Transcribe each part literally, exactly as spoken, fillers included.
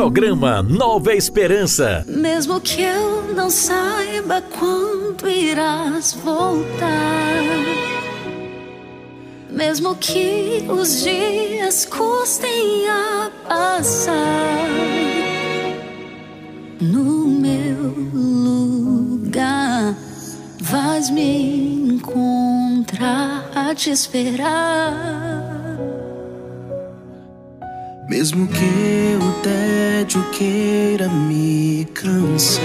Programa Nova Esperança. Mesmo que eu não saiba quando irás voltar, mesmo que os dias custem a passar, no meu lugar vais me encontrar a te esperar. Mesmo que o tédio queira me cansar,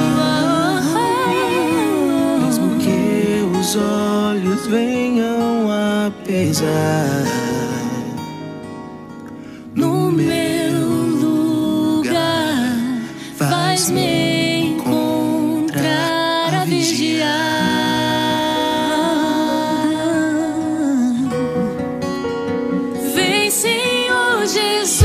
mesmo que os olhos venham a pesar, no meu lugar vais me encontrar a vigiar. Vem, Senhor Jesus,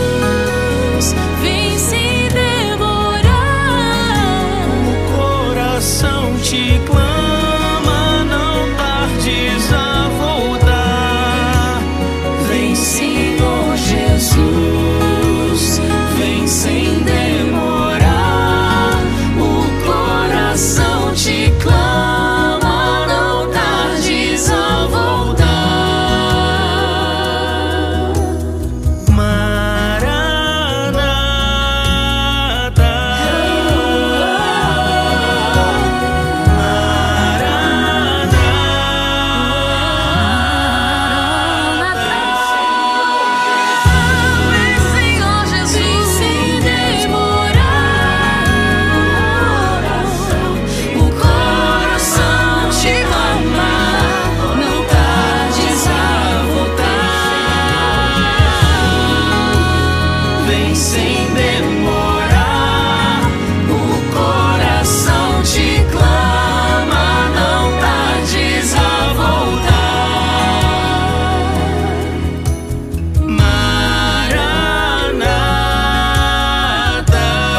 vem sem demorar. O coração te clama, não tardes a voltar. Vem, Senhor Jesus, vem sem demorar. O coração te clama, não tardes a voltar. Maranata, Vem, Senhor Jesus, sem demorar. O coração te clama, não tardes a voltar. vem sem demorar. O coração te clama, não tardes a voltar. Maranata,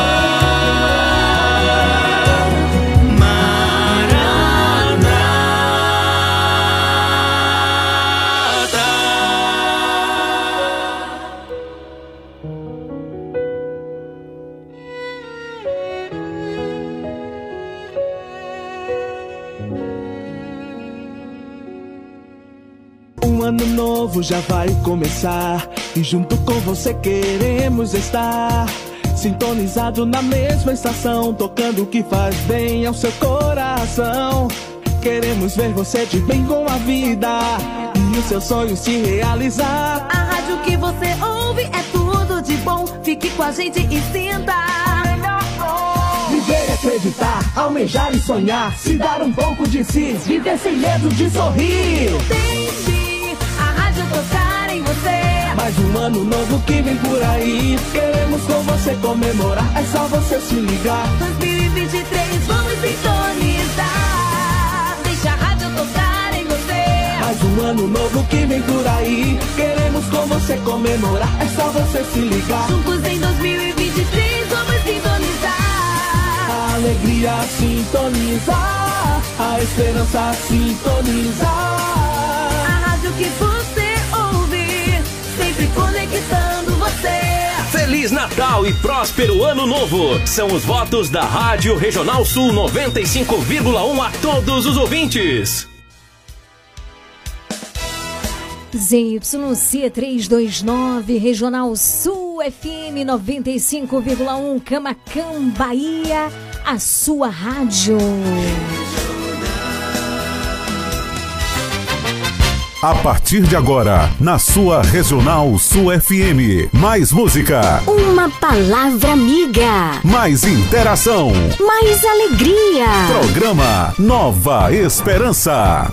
Um ano novo já vai começar e junto com você queremos estar sintonizado na mesma estação, tocando o que faz bem ao seu coração. Queremos ver você de bem com a vida e os seus sonhos se realizar. A rádio que você ouve é tudo de bom. Fique com a gente e sinta. Viver e acreditar, almejar e sonhar, se dar um pouco de si, viver sem medo de sorrir. Deixe a rádio tocar em você. Mais um ano novo que vem por aí, queremos com você comemorar, é só você se ligar. dois mil e vinte e três, vamos sintonizar. Deixa a rádio tocar em você. Mais um ano novo que vem por aí, queremos com você comemorar, é só você se ligar. Juntos em dois mil e vinte e três, vamos sintonizar. A alegria sintonizar, a esperança sintonizar. A rádio que você ouve, sempre conectando você. Feliz Natal e próspero Ano Novo. São os votos da Rádio Regional Sul noventa e cinco vírgula um a todos os ouvintes. Z Y C trezentos e vinte e nove, Regional Sul F M noventa e cinco vírgula um, Camaquã, Bahia, a sua rádio. A partir de agora, na sua Regional Sul F M, mais música, Uma palavra amiga, mais interação, mais alegria. programa Nova Esperança.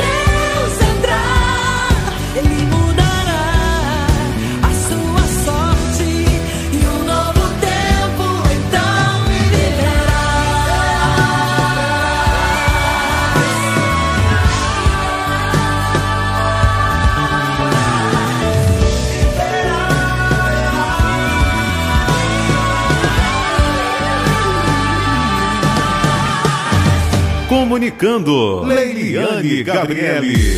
Ele mudará a sua sorte. comunicando. Leiliane Gabriele.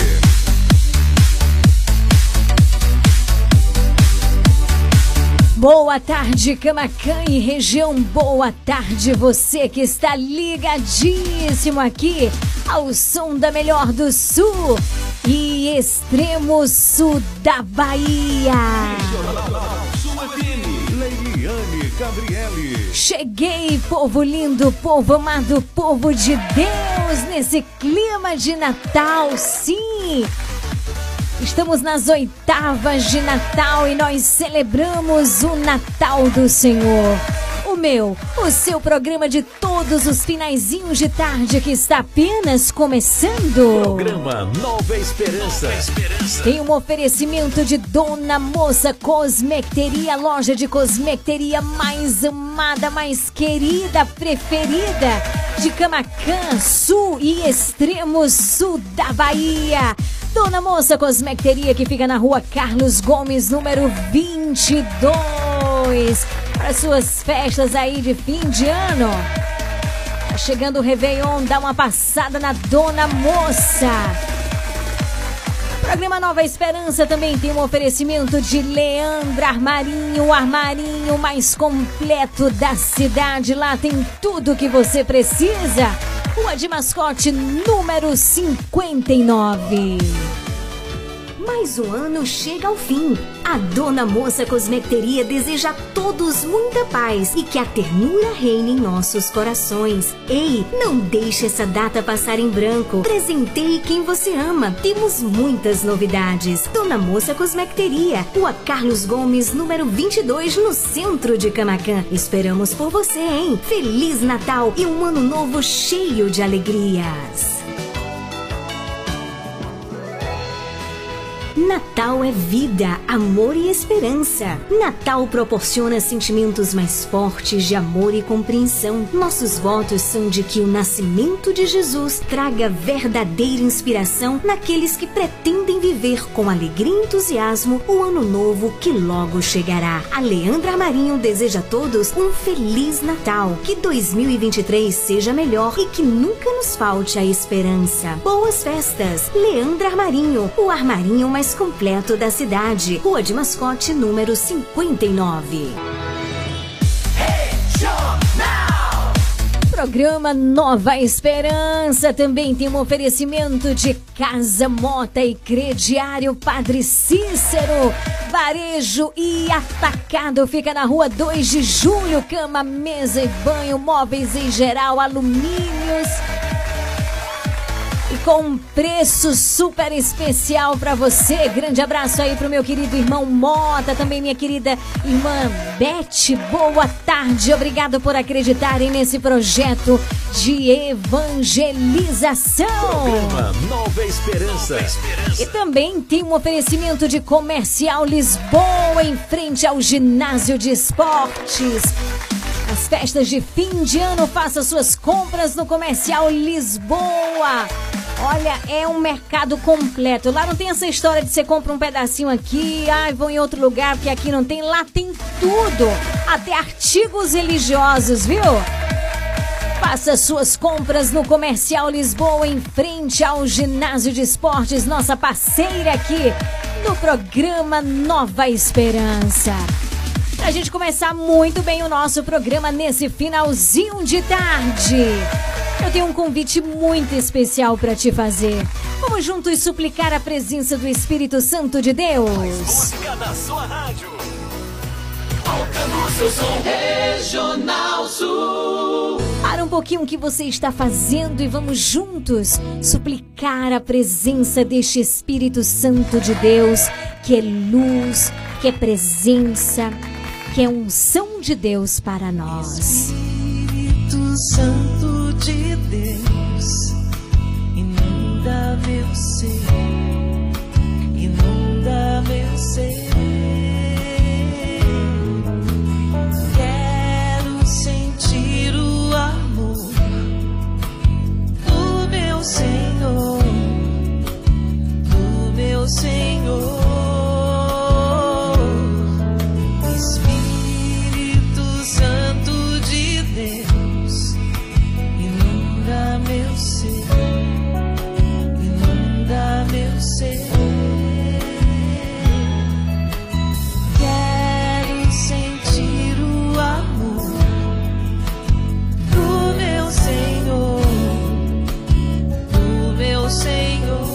Boa tarde, Camaquã e região. Boa tarde, você que está ligadíssimo aqui ao som da melhor do sul e extremo sul da Bahia. Leiliane Gabriele. Cheguei, povo lindo, povo amado, povo de Deus, nesse clima de Natal, sim. Estamos nas oitavas de Natal e nós celebramos o Natal do Senhor. O meu, o seu programa de todos os finaizinhos de tarde que está apenas começando. Programa Nova Esperança. Nova Esperança. Tem um oferecimento de Dona Moça Cosmecteria, loja de cosmecteria mais amada, mais querida, preferida de Camaquã, sul e extremo sul da Bahia. Dona Moça Cosmecteria, que fica na rua Carlos Gomes, número vinte e dois. Para suas festas aí de fim de ano. Tá chegando o Réveillon, dá uma passada na Dona Moça. Programa Nova Esperança também tem um oferecimento de Leandra Armarinho, o armarinho mais completo da cidade. Lá tem tudo o que você precisa. Rua de Mascote, número cinquenta e nove. Mais um ano chega ao fim. A Dona Moça Cosmecteria deseja a todos muita paz e que a ternura reine em nossos corações. Ei, não deixe essa data passar em branco. Presenteie quem você ama. Temos muitas novidades. Dona Moça Cosmecteria, Rua Carlos Gomes, número vinte e dois, no centro de Camaquã. Esperamos por você, hein? Feliz Natal e um ano novo cheio de alegrias. Natal é vida, amor e esperança. Natal proporciona sentimentos mais fortes de amor e compreensão. Nossos votos são de que o nascimento de Jesus traga verdadeira inspiração naqueles que pretendem viver com alegria e entusiasmo o ano novo que logo chegará. A Leandra Armarinho deseja a todos um Feliz Natal. Que dois mil e vinte e três seja melhor e que nunca nos falte a esperança. Boas festas! Leandra Armarinho, o armarinho mais completo da cidade. Rua de Mascote, número cinquenta e nove. Programa Nova Esperança também tem um oferecimento de Casa Mota e Crediário Padre Cícero. Varejo e atacado fica na rua dois de julho. Cama, mesa e banho, móveis em geral, alumínios. E com um preço super especial para você. Grande abraço aí pro meu querido irmão Mota, também minha querida irmã Beth. Boa tarde, obrigado por acreditarem nesse projeto de evangelização. Programa Nova Esperança. Nova Esperança. E também tem um oferecimento de Comercial Lisboa, em frente ao ginásio de esportes. As festas de fim de ano, faça suas compras no Comercial Lisboa. Olha, é um mercado completo. Lá não tem essa história de você compra um pedacinho aqui, ai, vão em outro lugar, porque aqui não tem. Lá tem tudo, até artigos religiosos, viu? Faça suas compras no Comercial Lisboa, em frente ao ginásio de esportes, nossa parceira aqui no programa Nova Esperança. Pra gente começar muito bem o nosso programa nesse finalzinho de tarde, eu tenho um convite muito especial para te fazer. Vamos juntos suplicar a presença do Espírito Santo de Deus. Música da sua rádio. Alcança o som Regional Sul. Para um pouquinho o que você está fazendo e vamos juntos suplicar a presença deste Espírito Santo de Deus, que é luz, que é presença, que é unção de Deus para nós. Espírito Santo de Deus, inunda meu ser, inunda meu ser. Quero sentir o amor do meu Senhor, do meu Senhor. Espírito Santo de Deus, inunda meu ser. quero ser. Quero sentir o amor do meu Senhor, do meu Senhor,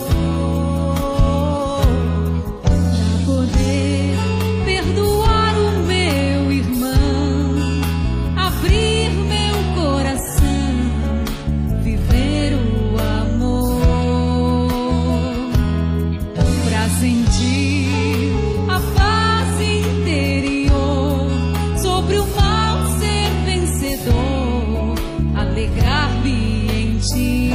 pra poder perdoar o meu irmão, abrir meu coração, viver o amor, pra sentir a paz interior, sobre o mal ser vencedor, alegrar-me em ti.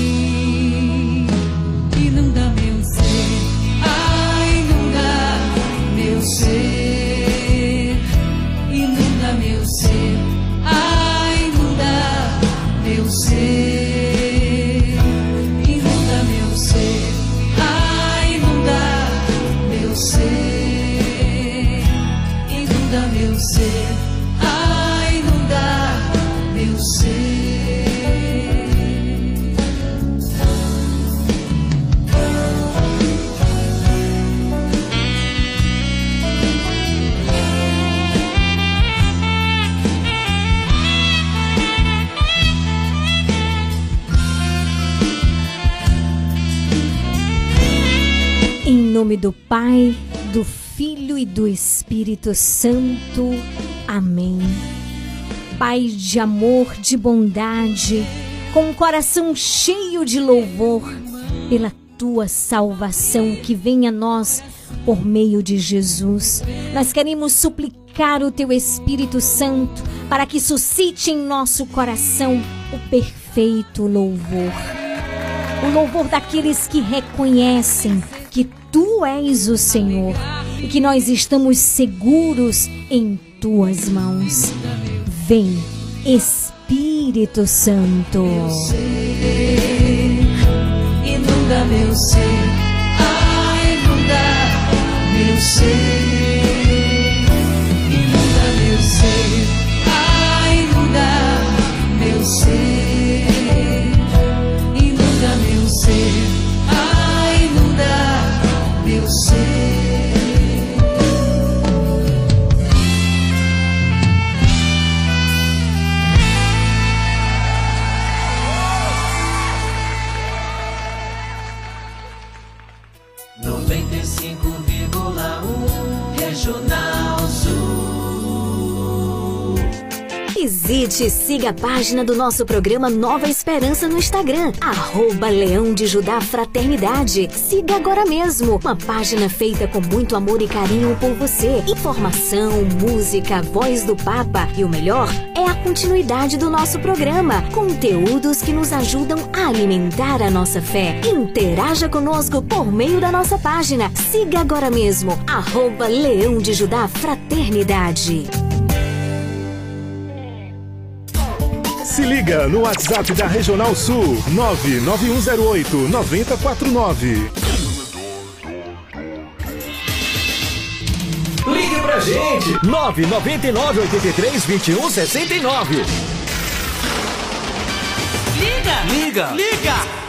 Inunda meu ser, ai, inunda meu ser, inunda meu ser, ai, inunda meu ser, inunda meu ser, ai, inunda meu ser, inunda meu ser, ai, inunda meu ser. Em nome do Pai, do Filho e do Espírito Santo. Amém. Pai de amor, de bondade, com um coração cheio de louvor pela tua salvação que vem a nós por meio de Jesus, nós queremos suplicar o teu Espírito Santo para que suscite em nosso coração o perfeito louvor. O louvor daqueles que reconhecem que tu és o Senhor e que nós estamos seguros em tuas mãos. Vem, Espírito Santo. Inunda meu ser, ai, inunda meu ser, inunda meu ser, ai, inunda meu ser, inunda meu ser, ai, inunda meu ser. noventa e cinco vírgula um Regional Sul. Visite e siga a página do nosso programa Nova Esperança no Instagram, arroba Leão de Judá Fraternidade. Siga agora mesmo, uma página feita com muito amor e carinho por você. Informação, música, voz do Papa e o melhor é a continuidade do nosso programa. Conteúdos que nos ajudam a alimentar a nossa fé. Interaja conosco por meio da nossa página. Siga agora mesmo, arroba Leão de Judá Fraternidade. Se liga no WhatsApp da Regional Sul, nove nove um zero oito nove zero quatro nove. Ligue pra gente! nove nove nove oito três dois um seis nove. Liga! Liga! Liga!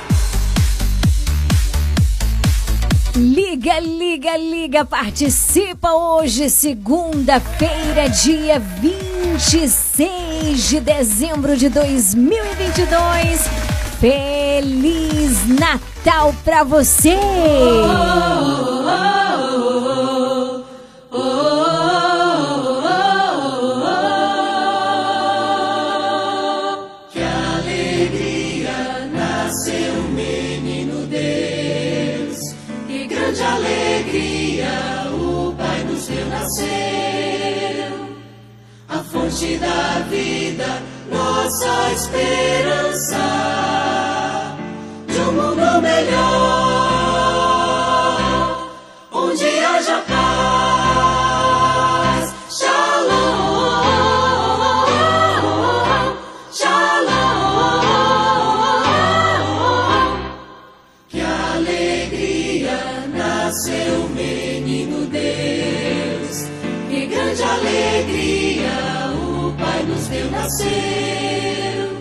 Liga, liga, liga, participa hoje, segunda-feira, dia vinte e seis de dezembro de dois mil e vinte e dois. Feliz Natal pra você! Que alegria, nasceu um menino Deus. Que grande alegria, o Pai nos deu, nasceu. A fonte da vida, nossa esperança, de um mundo melhor, onde haja paz. Shalom, shalom. Que alegria, nasceu o menino Deus. Que grande alegria, o Pai nos deu, nasceu.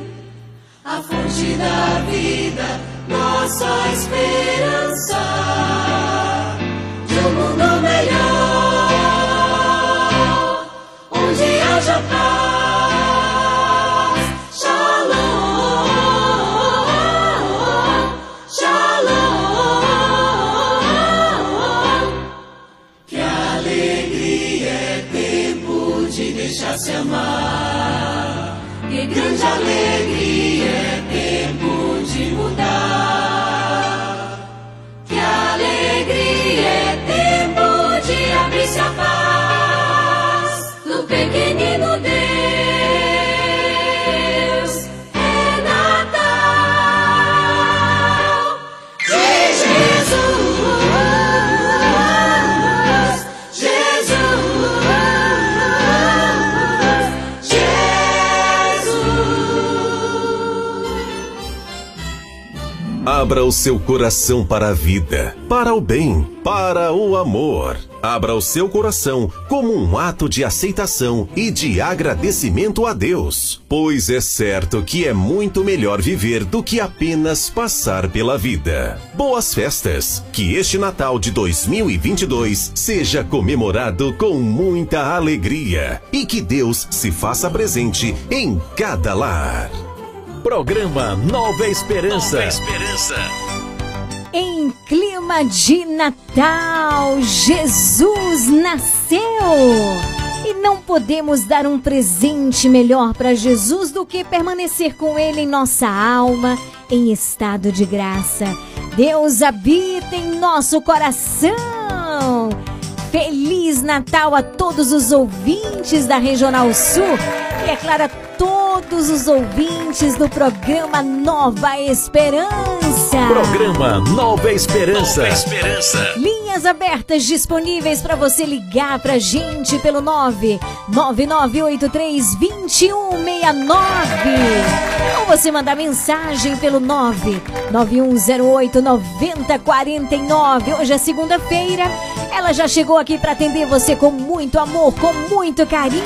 A fonte da vida, nossa esperança. pequenino Deus é Natal de Jesus, Jesus, Jesus. Abra o seu coração para a vida, para o bem, para o amor. Abra o seu coração como um ato de aceitação e de agradecimento a Deus, pois é certo que é muito melhor viver do que apenas passar pela vida. Boas festas! Que este Natal de dois mil e vinte e dois seja comemorado com muita alegria e que Deus se faça presente em cada lar. Programa Nova Esperança. Nova Esperança. Em clima de Natal, Jesus nasceu! E não podemos dar um presente melhor para Jesus do que permanecer com Ele em nossa alma, em estado de graça. Deus habita em nosso coração! Feliz Natal a todos os ouvintes da Regional Sul e, é claro, a todos os ouvintes do programa Nova Esperança. Programa Nova Esperança. Nova Esperança. Linhas abertas disponíveis para você ligar pra gente pelo nove nove nove oito três, dois um seis nove. Ou você mandar mensagem pelo nove nove um zero oito, nove zero quatro nove. Hoje é segunda-feira. Ela já chegou aqui para atender você com muito amor, com muito carinho.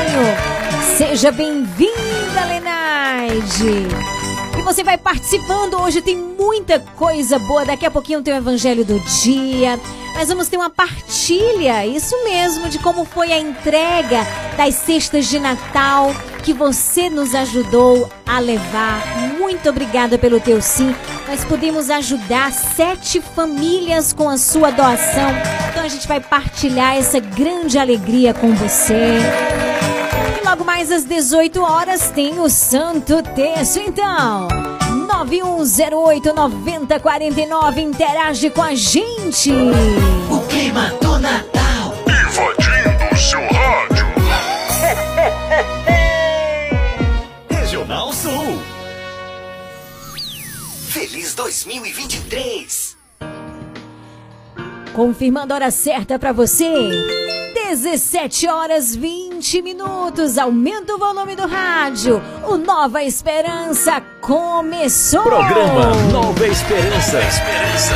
Seja bem-vinda, Lenaide. E você vai participando. Hoje tem muita coisa boa. Daqui a pouquinho tem o Evangelho do Dia. Nós vamos ter uma partilha, isso mesmo, de como foi a entrega das cestas de Natal que você nos ajudou a levar. Muito obrigada pelo teu sim. Nós podemos ajudar sete famílias com a sua doação. Então a gente vai partilhar essa grande alegria com você. E logo mais às dezoito horas tem o Santo Terço. Então, nove um zero oito, nove zero quatro nove, interage com a gente. O clima do Natal Invadindo seu rádio. Regional Sul. Feliz dois mil e vinte e três. Confirmando a hora certa para você. dezessete horas e vinte minutos. Aumenta o volume do rádio. O Nova Esperança começou. Programa Nova Esperança. Esperança.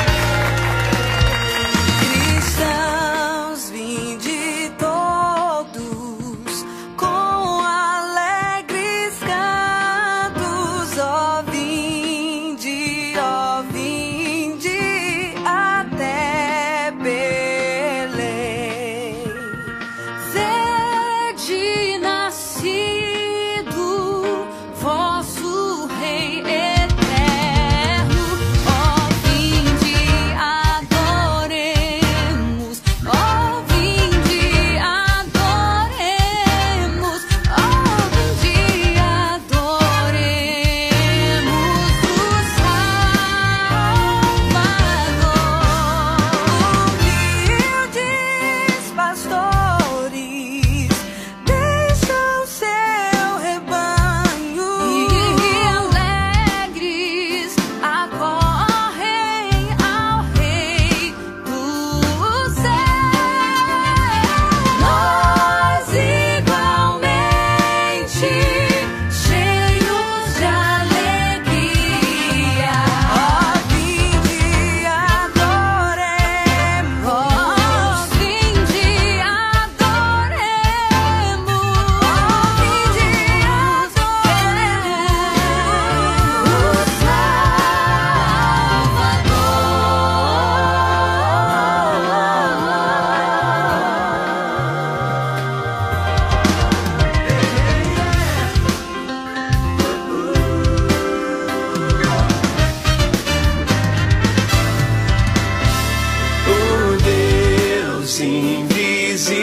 Cristãos, vinde todos com alegres cantos, ó vinde, ó vinde até Belém. Sede nascido vosso Rei eterno, ó vinde adoremos, ó vinde adoremos, ó vinde adoremos o Salvador. Humildes pastores deixam seu rebanho e alegres acorrem ao Rei do céu. Nós igualmente cheios de alegria, ó vinde adoremos, ó vinde adoremos, ó vinde adoremos O Deus invisível,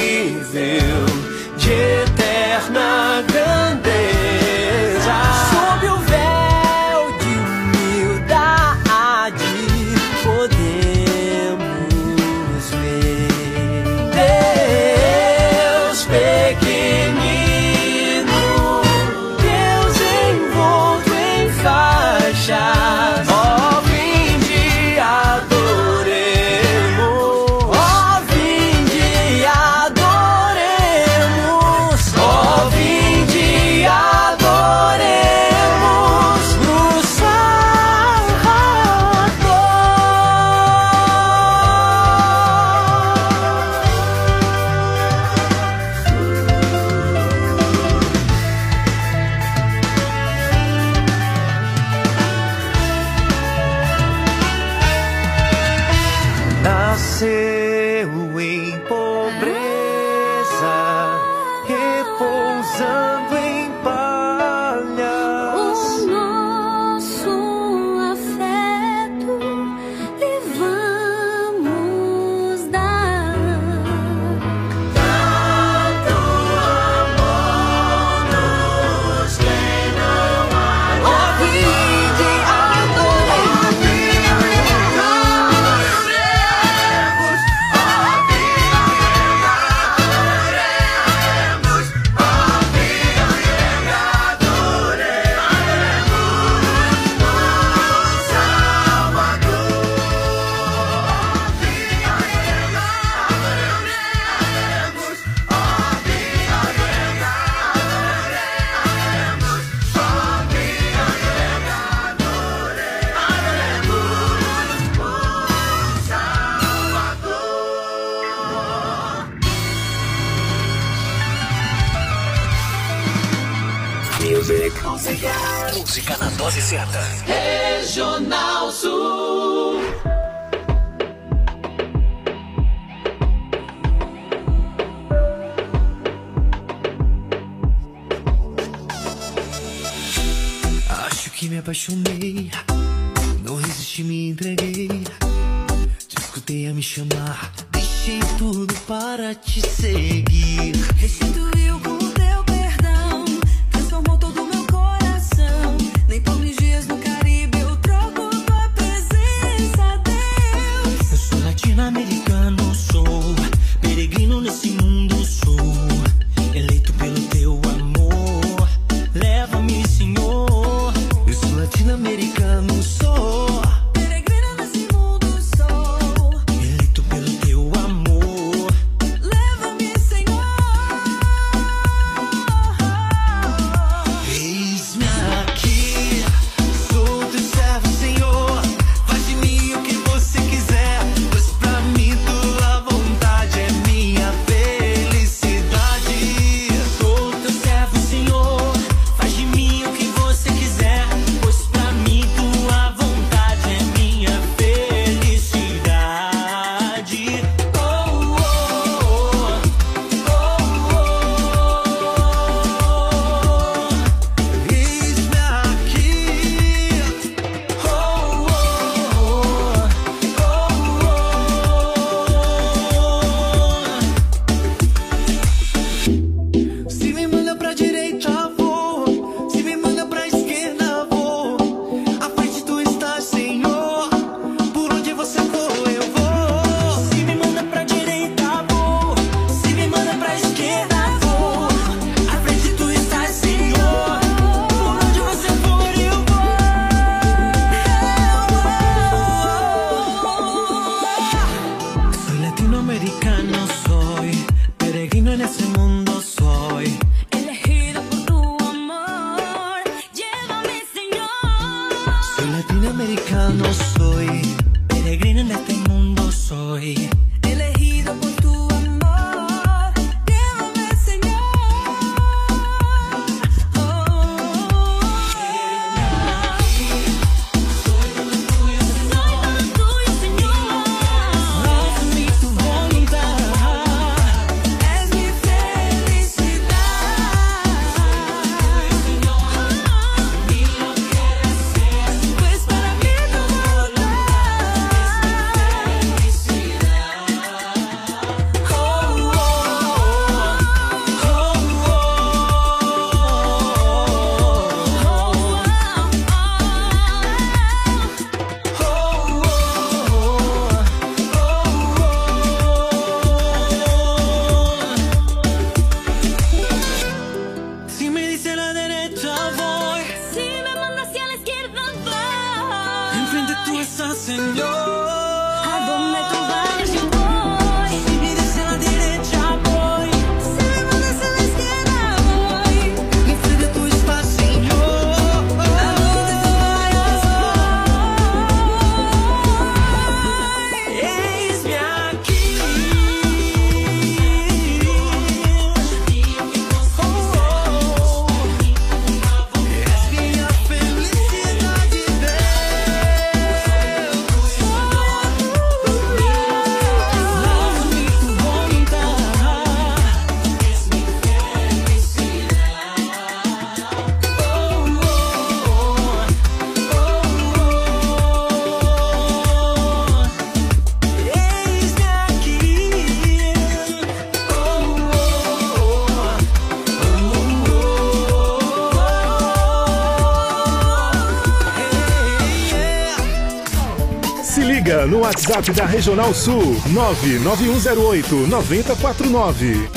de eterna grandeza, sob o véu de humildade podemos ver Deus nasceu em pobreza, repousando em palhas. O nosso afeto lhe vamos dar. Tanto amor nos tem, não há. Ó, vinde, Música na dose certa. Regional Sul. Acho que me apaixonei, não resisti, me entreguei. Te escutei a me chamar, deixei tudo para te seguir. restituiu com o teu perdão, transformou todo o meu coração. Nem por mil dias no Caribe eu troco tua presença, Deus. Eu sou latino-americano, sou peregrino nesse mundo, sou eleito pelo teu amor. Leva-me, Senhor. Eu sou latino-americano, sou Peregrino nesse mundo sou, eleito pelo teu amor. leva-me, Senhor. liga no WhatsApp da Regional Sul nove nove um zero oito nove zero quatro nove.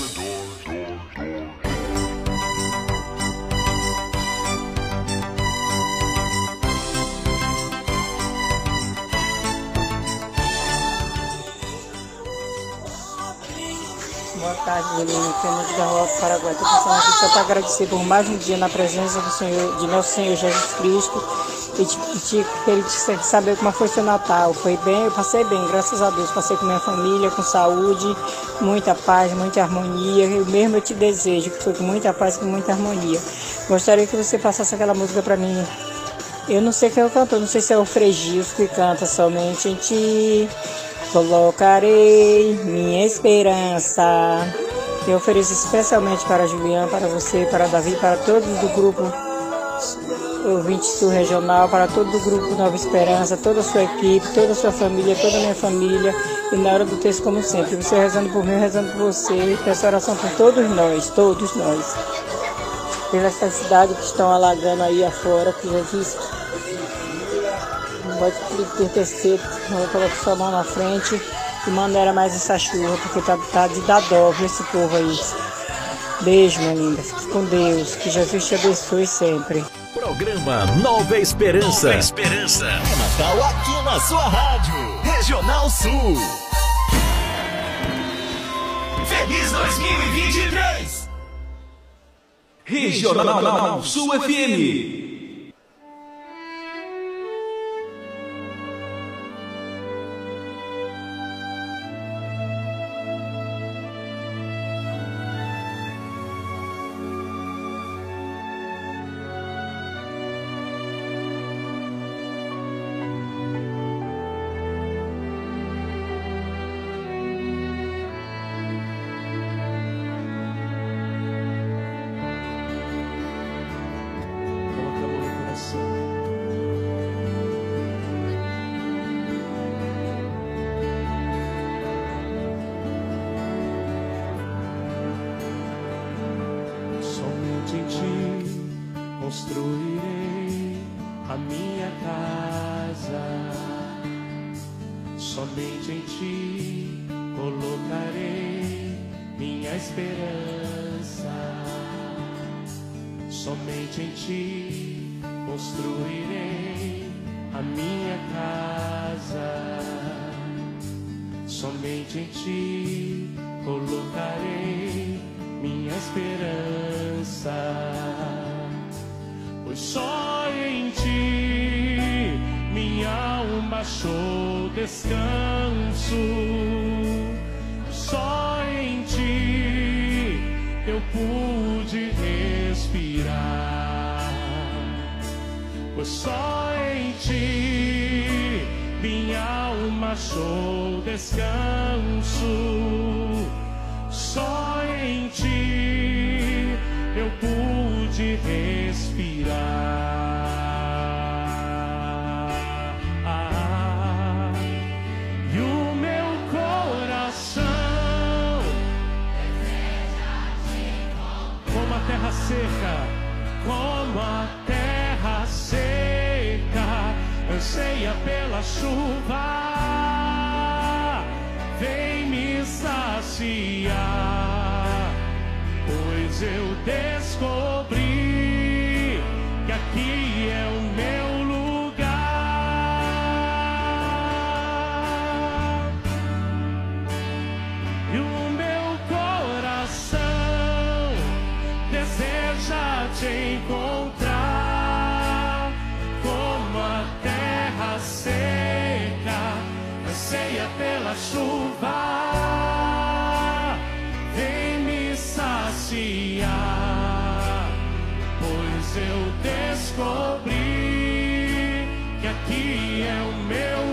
Boa tarde, menino. Fernando da Rua do Paraguai. Estou passando aqui só para agradecer por mais um dia na presença do Senhor, de nosso Senhor Jesus Cristo. E te, e te, queria te saber como foi seu Natal. Foi bem, eu passei bem, graças a Deus. Passei com minha família, com saúde, muita paz, muita harmonia. Eu mesmo eu te desejo que foi com muita paz, com muita harmonia. Gostaria que você passasse aquela música para mim. Eu não sei quem é o cantor, não sei se é o Fregios que canta somente em ti. Colocarei minha esperança. Eu ofereço especialmente para Juliana, para você, para Davi, para todos do grupo ouvinte Sul Regional, para todo o grupo Nova Esperança, toda a sua equipe, toda a sua família, toda a minha família. E na hora do texto, como sempre, você rezando por mim, eu rezando por você. E peço oração por todos nós, todos nós. Pela cidade que estão alagando aí afora, que Jesus pode interceder, coloque sua mão na frente e mandara mais essa chuva, porque tá, tá de dar dó esse povo aí. Beijo, minha linda. Fique com Deus. Que Jesus te abençoe sempre. Programa Nova Esperança. Nova Esperança. É Natal aqui na sua rádio. Regional Sul. Feliz dois mil e vinte e três. Regional Sul F M. Construirei a minha casa, somente em ti colocarei minha esperança, somente em ti construirei a minha casa, somente em ti colocarei minha esperança. Pois só em ti minha alma achou descanso, só em ti eu pude respirar. Pois só em ti minha alma achou descanso, só em ti eu pude respirar. Ah, e o meu coração deseja te encontrar, como a terra seca, como a terra seca anseia pela chuva. Vem me saciar, pois eu descobri que aqui é o meu lugar. E o meu coração deseja te encontrar, como a terra seca anseia pela chuva. Vem me saciar, pois eu descobri que aqui é o meu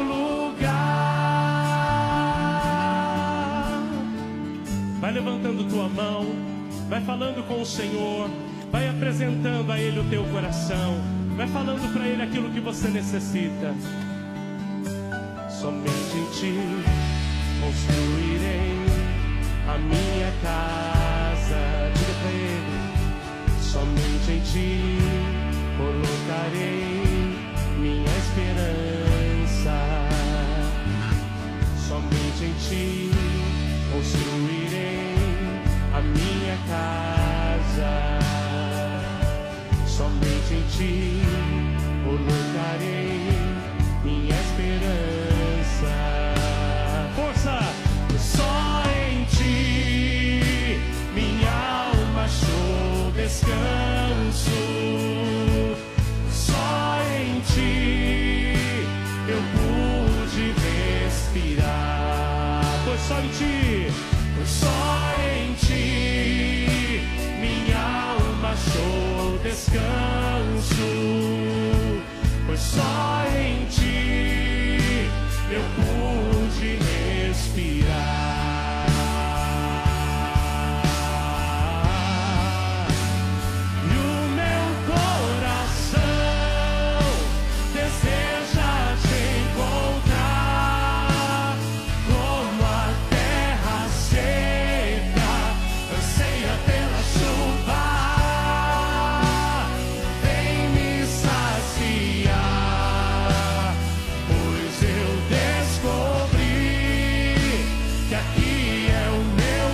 lugar. Vai levantando tua mão, vai falando com o Senhor, vai apresentando a Ele o teu coração, vai falando para Ele aquilo que você necessita. Somente em ti construirei a minha casa. Diga para Ele: somente em ti colocarei minha esperança, casa. Somente em ti colocarei minha esperança. Força! Só em ti minha alma achou descanso. Só em ti eu pude respirar. Pois só em ti, pois só em ti minha alma achou descanso. Pois só em ti eu pude respirar. E o meu coração deseja te encontrar, como a terra seca anseia pela chuva. Vem me saciar, pois eu descobri que aqui é o meu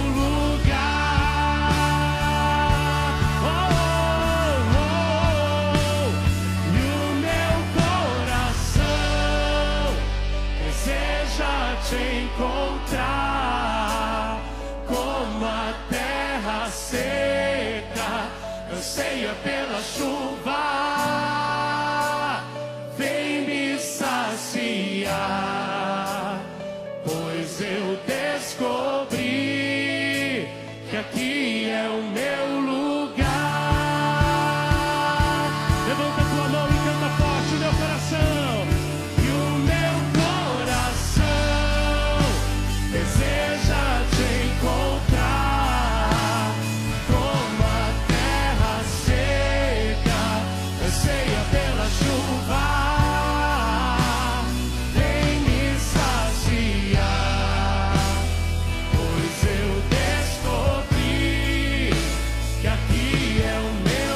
lugar. Oh, oh, oh. E o meu coração deseja te encontrar, como a terra seca anseia pela chuva. Vem me saciar, pois eu descobri que aqui é o meu lugar. Levanta tua mão e canta forte, meu coração. E o meu coração deseja te encontrar, como a terra seca anseia pela chuva. Vem me saciar, pois eu descobri que aqui é o meu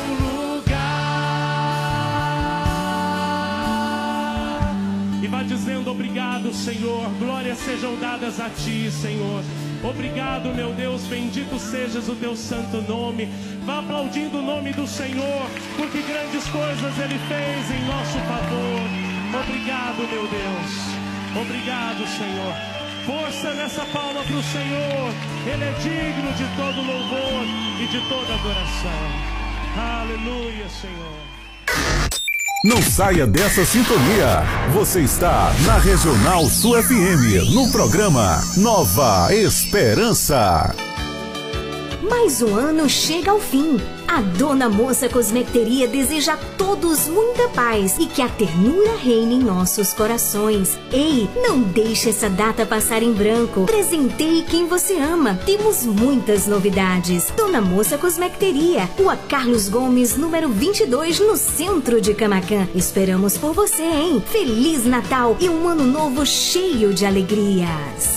lugar. E vai dizendo: obrigado, Senhor, glórias sejam dadas a ti, Senhor. Obrigado, meu Deus, bendito sejas o teu santo nome. Vá aplaudindo o nome do Senhor, porque grandes coisas Ele fez em nosso favor. Obrigado, meu Deus. Obrigado, Senhor. Força nessa palma para o Senhor. Ele é digno de todo louvor e de toda adoração. Aleluia, Senhor. Não saia dessa sintonia. Você está na Regional Sul F M, no programa Nova Esperança. Mais um ano chega ao fim. A Dona Moça Cosmecteria deseja a todos muita paz e que a ternura reine em nossos corações. Ei, não deixe essa data passar em branco. Presenteie quem você ama. Temos muitas novidades. Dona Moça Cosmecteria, Rua Carlos Gomes, número vinte e dois, no centro de Camaquã. Esperamos por você, hein? Feliz Natal e um ano novo cheio de alegrias.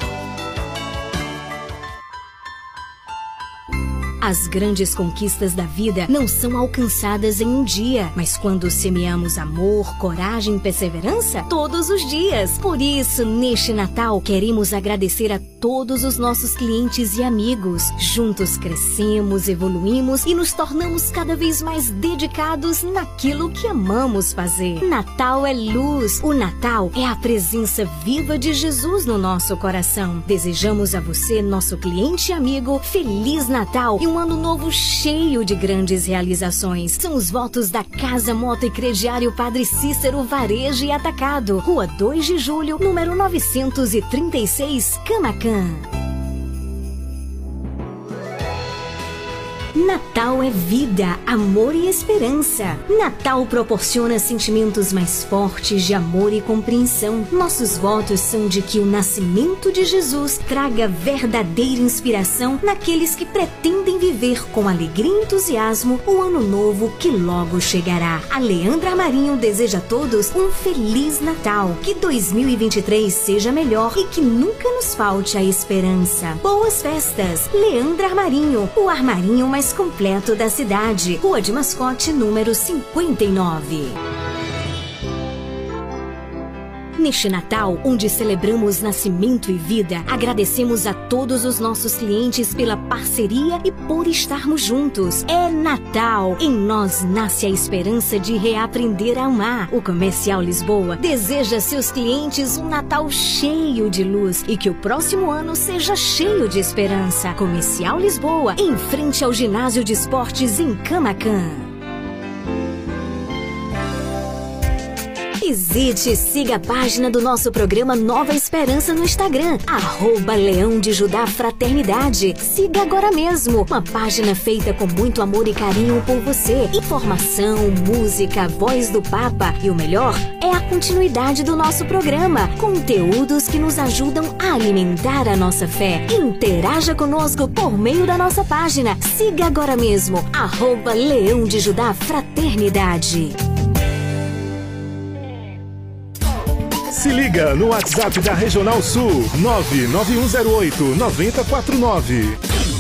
As grandes conquistas da vida não são alcançadas em um dia, mas quando semeamos amor, coragem e perseverança, todos os dias. Por isso, neste Natal, queremos agradecer a todos os nossos clientes e amigos. Juntos crescemos, evoluímos e nos tornamos cada vez mais dedicados naquilo que amamos fazer. Natal é luz. O Natal é a presença viva de Jesus no nosso coração. Desejamos a você, nosso cliente e amigo, Feliz Natal e um ano novo cheio de grandes realizações. São os votos da Casa Moto e Crediário Padre Cícero Varejo e Atacado, Rua dois de julho, número novecentos e trinta e seis, Camaquã. Natal é vida, amor e esperança. Natal proporciona sentimentos mais fortes de amor e compreensão. Nossos votos são de que o nascimento de Jesus traga verdadeira inspiração naqueles que pretendem viver com alegria e entusiasmo o ano novo que logo chegará. A Leandra Armarinho deseja a todos um Feliz Natal. Que dois mil e vinte e três seja melhor e que nunca nos falte a esperança. Boas festas! Leandra Armarinho, o armarinho mais completo da cidade. Rua de Mascote, número cinquenta e nove. Neste Natal, onde celebramos nascimento e vida, agradecemos a todos os nossos clientes pela parceria e por estarmos juntos. É Natal. Em nós nasce a esperança de reaprender a amar. O Comercial Lisboa deseja a seus clientes um Natal cheio de luz e que o próximo ano seja cheio de esperança. Comercial Lisboa, em frente ao Ginásio de Esportes em Camaquã. Visite e siga a página do nosso programa Nova Esperança no Instagram, arroba Leão de Judá Fraternidade. Siga agora mesmo, uma página feita com muito amor e carinho por você. Informação, música, voz do Papa e o melhor é a continuidade do nosso programa. Conteúdos que nos ajudam a alimentar a nossa fé. Interaja conosco por meio da nossa página. Siga agora mesmo, arroba Leão de Judá Fraternidade. Se liga no WhatsApp da Regional Sul, nove nove um zero oito nove zero quatro nove.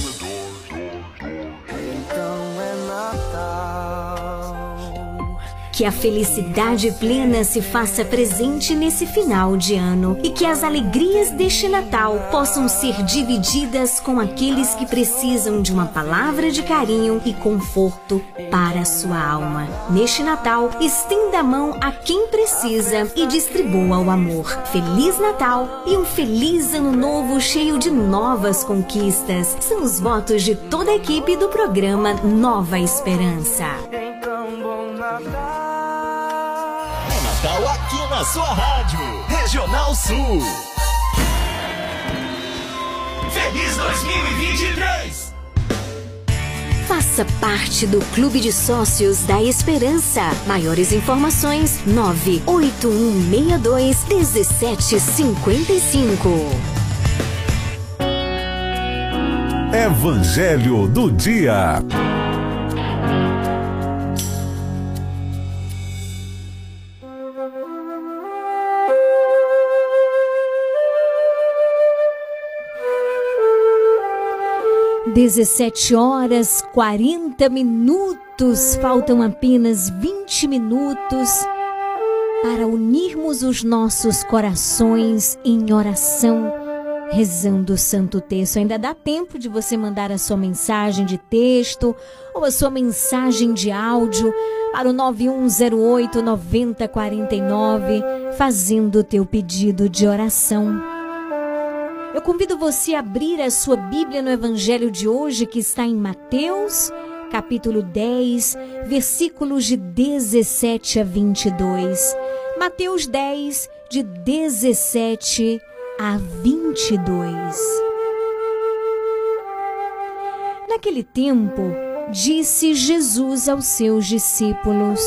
Que a felicidade plena se faça presente nesse final de ano e que as alegrias deste Natal possam ser divididas com aqueles que precisam de uma palavra de carinho e conforto para a sua alma. Neste Natal, estenda a mão a quem precisa e distribua o amor. Feliz Natal e um feliz ano novo cheio de novas conquistas. São os votos de toda a equipe do programa Nova Esperança. Natal aqui na sua rádio, Regional Sul. Feliz dois mil e vinte e três! Faça parte do Clube de Sócios da Esperança. Maiores informações nove oito um seis dois um sete cinco cinco. Evangelho do Dia. dezessete horas quarenta minutos, faltam apenas vinte minutos para unirmos os nossos corações em oração, rezando o Santo Terço. Ainda dá tempo de você mandar a sua mensagem de texto ou a sua mensagem de áudio para o nove um zero oito nove zero quatro nove, fazendo o teu pedido de oração. Eu convido você a abrir a sua Bíblia no Evangelho de hoje, que está em Mateus, capítulo dez, versículos de dezessete a vinte e dois. Mateus dez, de dezessete a vinte e dois. Naquele tempo, disse Jesus aos seus discípulos: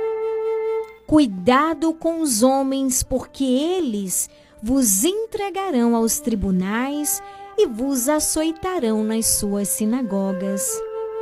cuidado com os homens, porque eles vos entregarão aos tribunais e vos açoitarão nas suas sinagogas.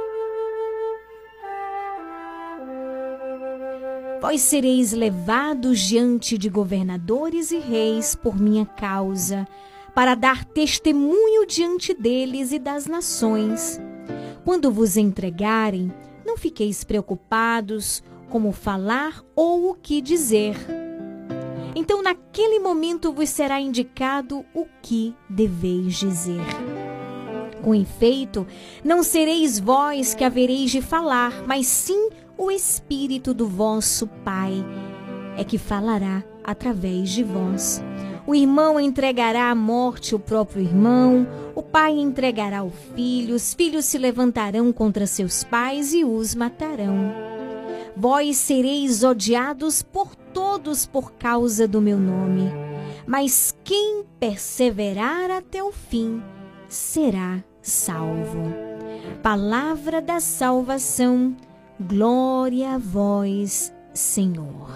Vós sereis levados diante de governadores e reis por minha causa, para dar testemunho diante deles e das nações. Quando vos entregarem, não fiqueis preocupados como falar ou o que dizer. Então, naquele momento vos será indicado o que deveis dizer. Com efeito, não sereis vós que havereis de falar, mas sim o Espírito do vosso Pai é que falará através de vós. O irmão entregará à morte o próprio irmão, o pai entregará o filho, os filhos se levantarão contra seus pais e os matarão. Vós sereis odiados por todos por causa do meu nome, mas quem perseverar até o fim será salvo. Palavra da salvação, glória a vós, Senhor.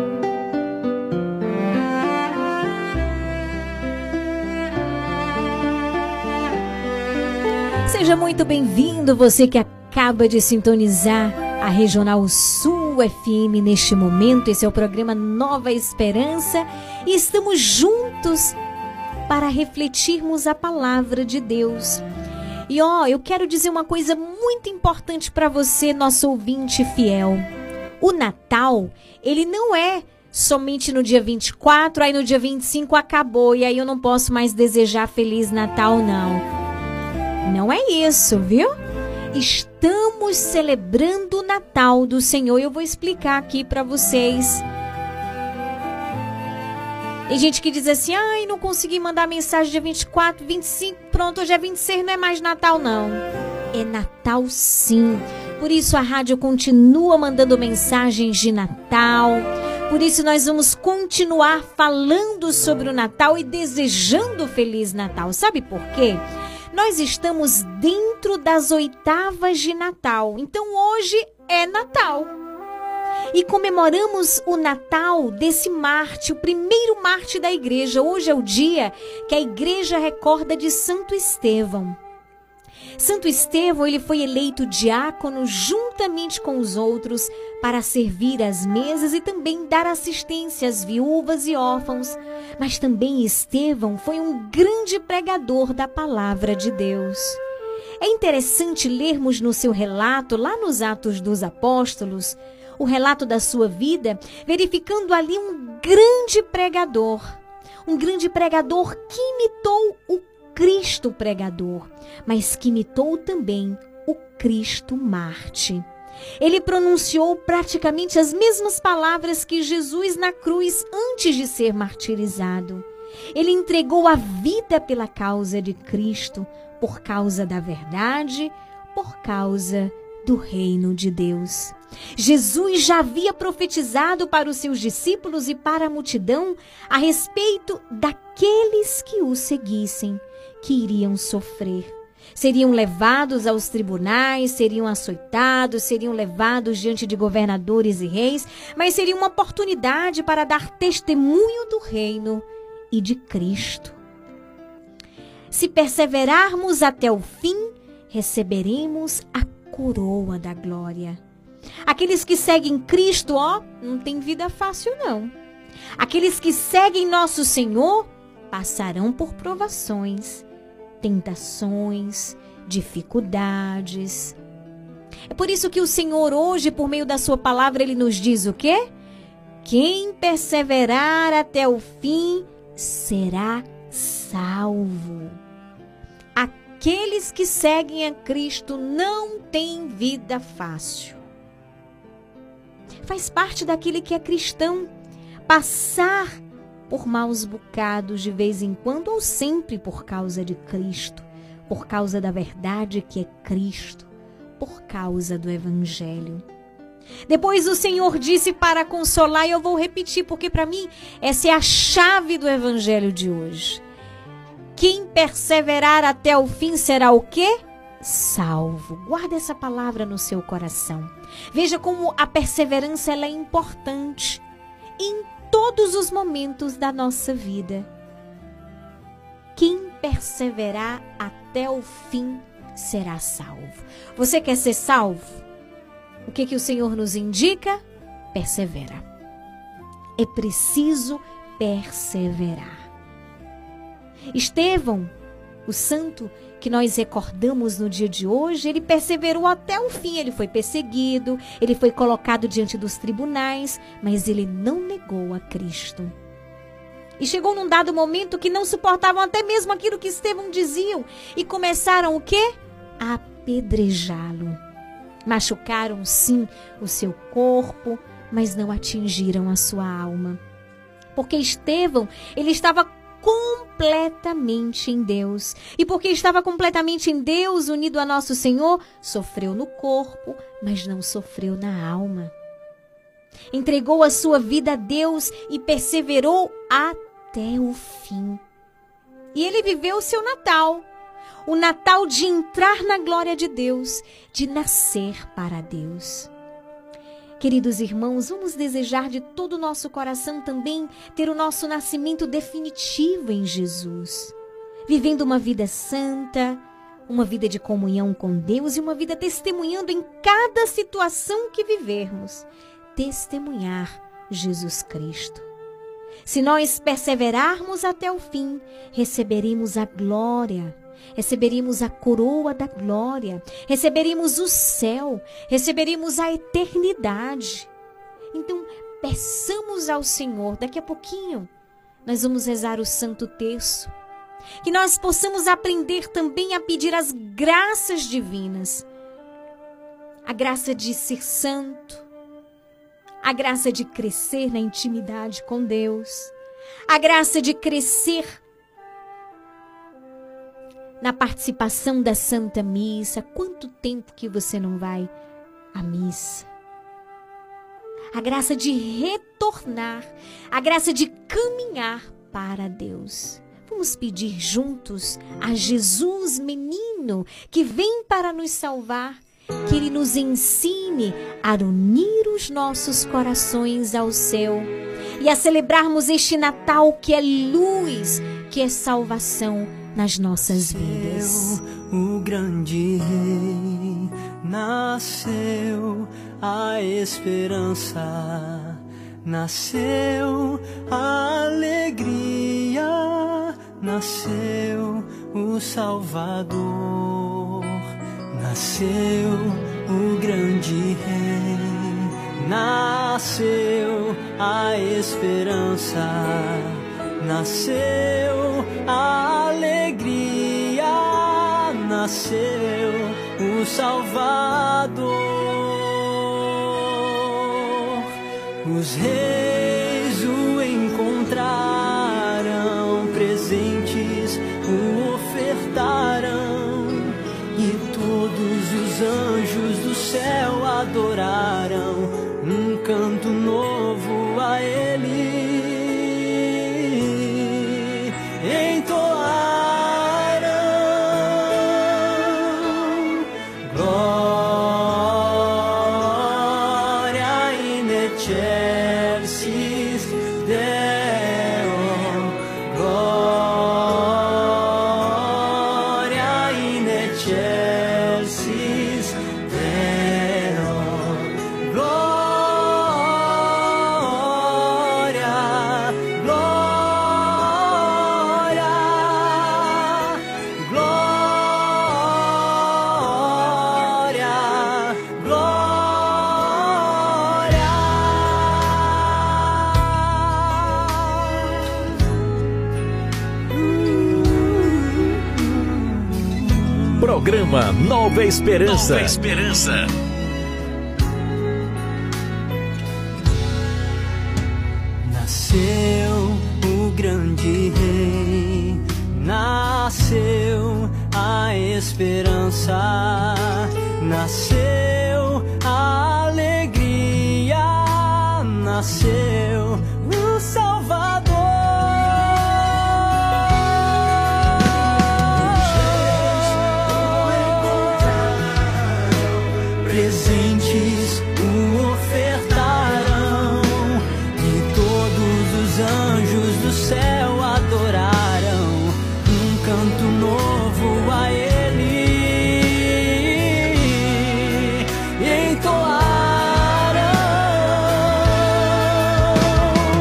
Seja muito bem-vindo, você que acaba de sintonizar a Regional Sul F M neste momento. Esse é o programa Nova Esperança e estamos juntos para refletirmos a palavra de Deus. E ó, eu quero dizer uma coisa muito importante para você, nosso ouvinte fiel. O Natal, ele não é somente no dia vinte e quatro, aí no dia vinte e cinco acabou, e aí eu não posso mais desejar Feliz Natal, não. Não é isso, viu? Estamos celebrando o Natal do Senhor e eu vou explicar aqui para vocês. Tem gente que diz assim, ai, não consegui mandar mensagem dia vinte e quatro, vinte e cinco, pronto, hoje é vinte e seis, não é mais Natal, não. É Natal, sim. Por isso a rádio continua mandando mensagens de Natal. Por isso nós vamos continuar falando sobre o Natal e desejando Feliz Natal. Sabe por quê? Nós estamos dentro das oitavas de Natal. Então hoje é Natal. E comemoramos o Natal desse mártir, o primeiro mártir da igreja. Hoje é o dia que a igreja recorda de Santo Estevão. Santo Estevão, ele foi eleito diácono juntamente com os outros para servir às mesas e também dar assistência às viúvas e órfãos. Mas também Estevão foi um grande pregador da palavra de Deus. É interessante lermos no seu relato, lá nos Atos dos Apóstolos, o relato da sua vida, verificando ali um grande pregador. Um grande pregador que imitou o Cristo pregador, mas que imitou também o Cristo Marte. Ele pronunciou praticamente as mesmas palavras que Jesus na cruz antes de ser martirizado. Ele entregou a vida pela causa de Cristo, por causa da verdade, por causa do reino de Deus. Jesus já havia profetizado para os seus discípulos e para a multidão a respeito daqueles que o seguissem, que iriam sofrer. Seriam levados aos tribunais, seriam açoitados, seriam levados diante de governadores e reis, mas seria uma oportunidade para dar testemunho do reino e de Cristo. Se perseverarmos até o fim, receberemos a coroa da glória. Aqueles que seguem Cristo, ó, não tem vida fácil não. Aqueles que seguem nosso Senhor passarão por provações, tentações, dificuldades. É por isso que o Senhor hoje, por meio da sua palavra, ele nos diz o quê? Quem perseverar até o fim será salvo. Aqueles que seguem a Cristo não têm vida fácil. Faz parte daquele que é cristão passar por maus bocados de vez em quando ou sempre por causa de Cristo, por causa da verdade que é Cristo, por causa do Evangelho. Depois o Senhor disse para consolar, e eu vou repetir, porque para mim essa é a chave do Evangelho de hoje. Quem perseverar até o fim será o quê? Salvo. Guarda essa palavra no seu coração. Veja como a perseverança ela é importante em todos os momentos da nossa vida. Quem perseverar até o fim será salvo. Você quer ser salvo? O que que o Senhor nos indica? Persevera. É preciso perseverar. Estevão, o santo que nós recordamos no dia de hoje, ele perseverou até o fim. Ele foi perseguido, ele foi colocado diante dos tribunais, mas ele não negou a Cristo. E chegou num dado momento que não suportavam até mesmo aquilo que Estevão dizia e começaram o quê? A apedrejá-lo. Machucaram sim o seu corpo, mas não atingiram a sua alma. Porque Estevão, ele estava completamente em Deus. E porque estava completamente em Deus, unido a nosso Senhor, sofreu no corpo, mas não sofreu na alma. Entregou a sua vida a Deus e perseverou até o fim. E ele viveu o seu Natal. O Natal de entrar na glória de Deus, de nascer para Deus. Queridos irmãos, vamos desejar de todo o nosso coração também ter o nosso nascimento definitivo em Jesus. Vivendo uma vida santa, uma vida de comunhão com Deus e uma vida testemunhando em cada situação que vivermos. Testemunhar Jesus Cristo. Se nós perseverarmos até o fim, receberemos a glória. Receberíamos a coroa da glória, receberíamos o céu, receberíamos a eternidade. Então, peçamos ao Senhor. Daqui a pouquinho nós vamos rezar o Santo Terço. Que nós possamos aprender também a pedir as graças divinas. A graça de ser santo, a graça de crescer na intimidade com Deus, a graça de crescer na participação da Santa Missa. Quanto tempo que você não vai à missa? A graça de retornar, a graça de caminhar para Deus. Vamos pedir juntos a Jesus, menino, que vem para nos salvar, que Ele nos ensine a unir os nossos corações ao céu e a celebrarmos este Natal que é luz, que é salvação nas nossas vidas. O grande rei nasceu, a esperança nasceu, a alegria nasceu, o Salvador nasceu, o grande rei nasceu, a esperança nasceu, a alegria nasceu, o Salvador. Os reis o encontraram, presentes o ofertaram, e todos os anjos do céu adoraram, um canto novo a Ele entoaram. Glória in excelsis Deo, glória in excelsis Deo, glória, glória, glória, Programa Nova Esperança. Nova Esperança. Nasceu o grande rei, nasceu a esperança, nasceu a alegria, nasceu o Salvador. Presentes o ofertaram, e todos os anjos do céu adoraram, um canto novo a Ele entoaram.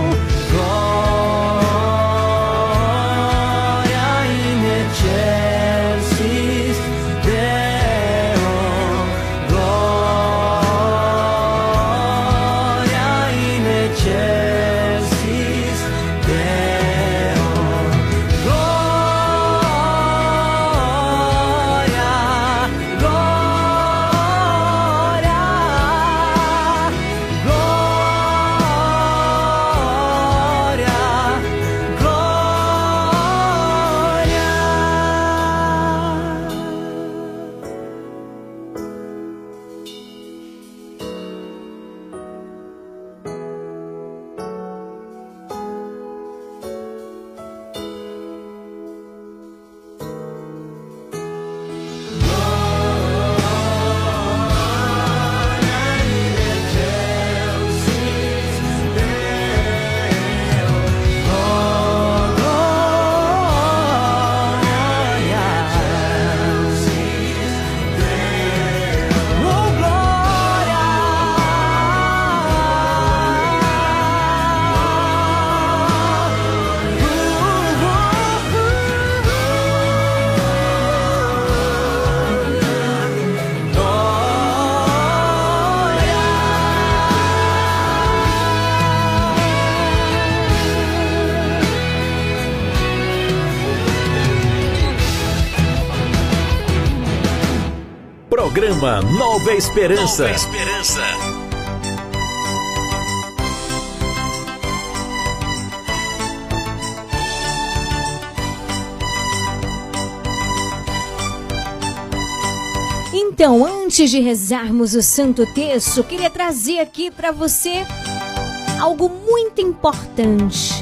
Programa Nova Esperança. Nova Esperança. Então, antes de rezarmos o Santo Terço, queria trazer aqui para você algo muito importante.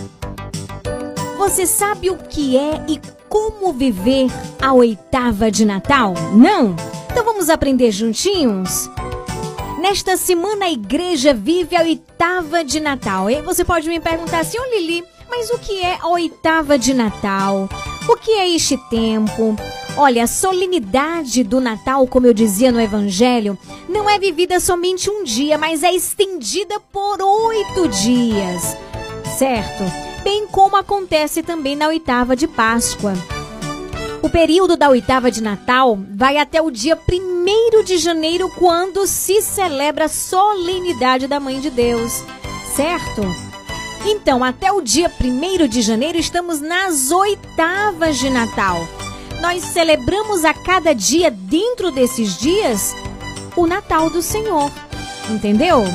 Você sabe o que é e como viver a oitava de Natal? Não? Então vamos aprender juntinhos? Nesta semana a igreja vive a oitava de Natal. E você pode me perguntar assim, ô Lili, mas o que é a oitava de Natal? O que é este tempo? Olha, a solenidade do Natal, como eu dizia no Evangelho, não é vivida somente um dia, mas é estendida por oito dias, certo? Bem como acontece também na oitava de Páscoa. O período da oitava de Natal vai até o dia primeiro de janeiro, quando se celebra a solenidade da Mãe de Deus, certo? Então, até o dia primeiro de janeiro, estamos nas oitavas de Natal. Nós celebramos a cada dia, dentro desses dias, o Natal do Senhor. Entendeu?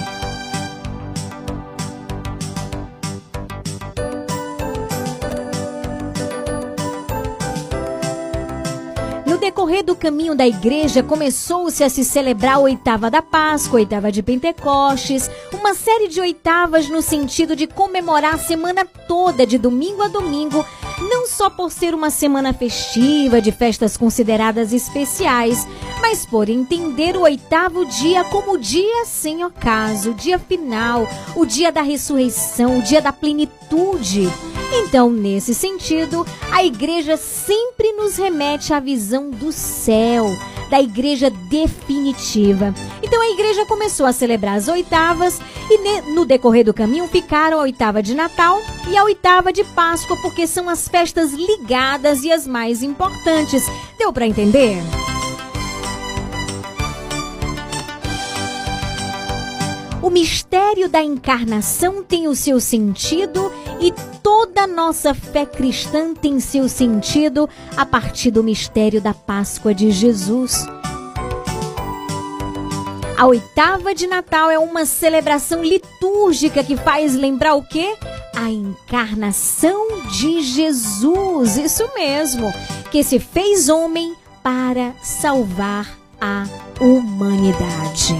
No decorrer do caminho da igreja, começou-se a se celebrar a oitava da Páscoa, a oitava de Pentecostes, uma série de oitavas no sentido de comemorar a semana toda, de domingo a domingo, não só por ser uma semana festiva, de festas consideradas especiais, mas por entender o oitavo dia como o dia sem ocaso, o dia final, o dia da ressurreição, o dia da plenitude. Então, nesse sentido, a igreja sempre nos remete à visão do céu, da igreja definitiva. Então a igreja começou a celebrar as oitavas e no decorrer do caminho ficaram a oitava de Natal e a oitava de Páscoa, porque são as festas ligadas e as mais importantes. Deu para entender? O mistério da encarnação tem o seu sentido e toda a nossa fé cristã tem seu sentido a partir do mistério da Páscoa de Jesus. A oitava de Natal é uma celebração litúrgica que faz lembrar o quê? A encarnação de Jesus, isso mesmo, que se fez homem para salvar a humanidade.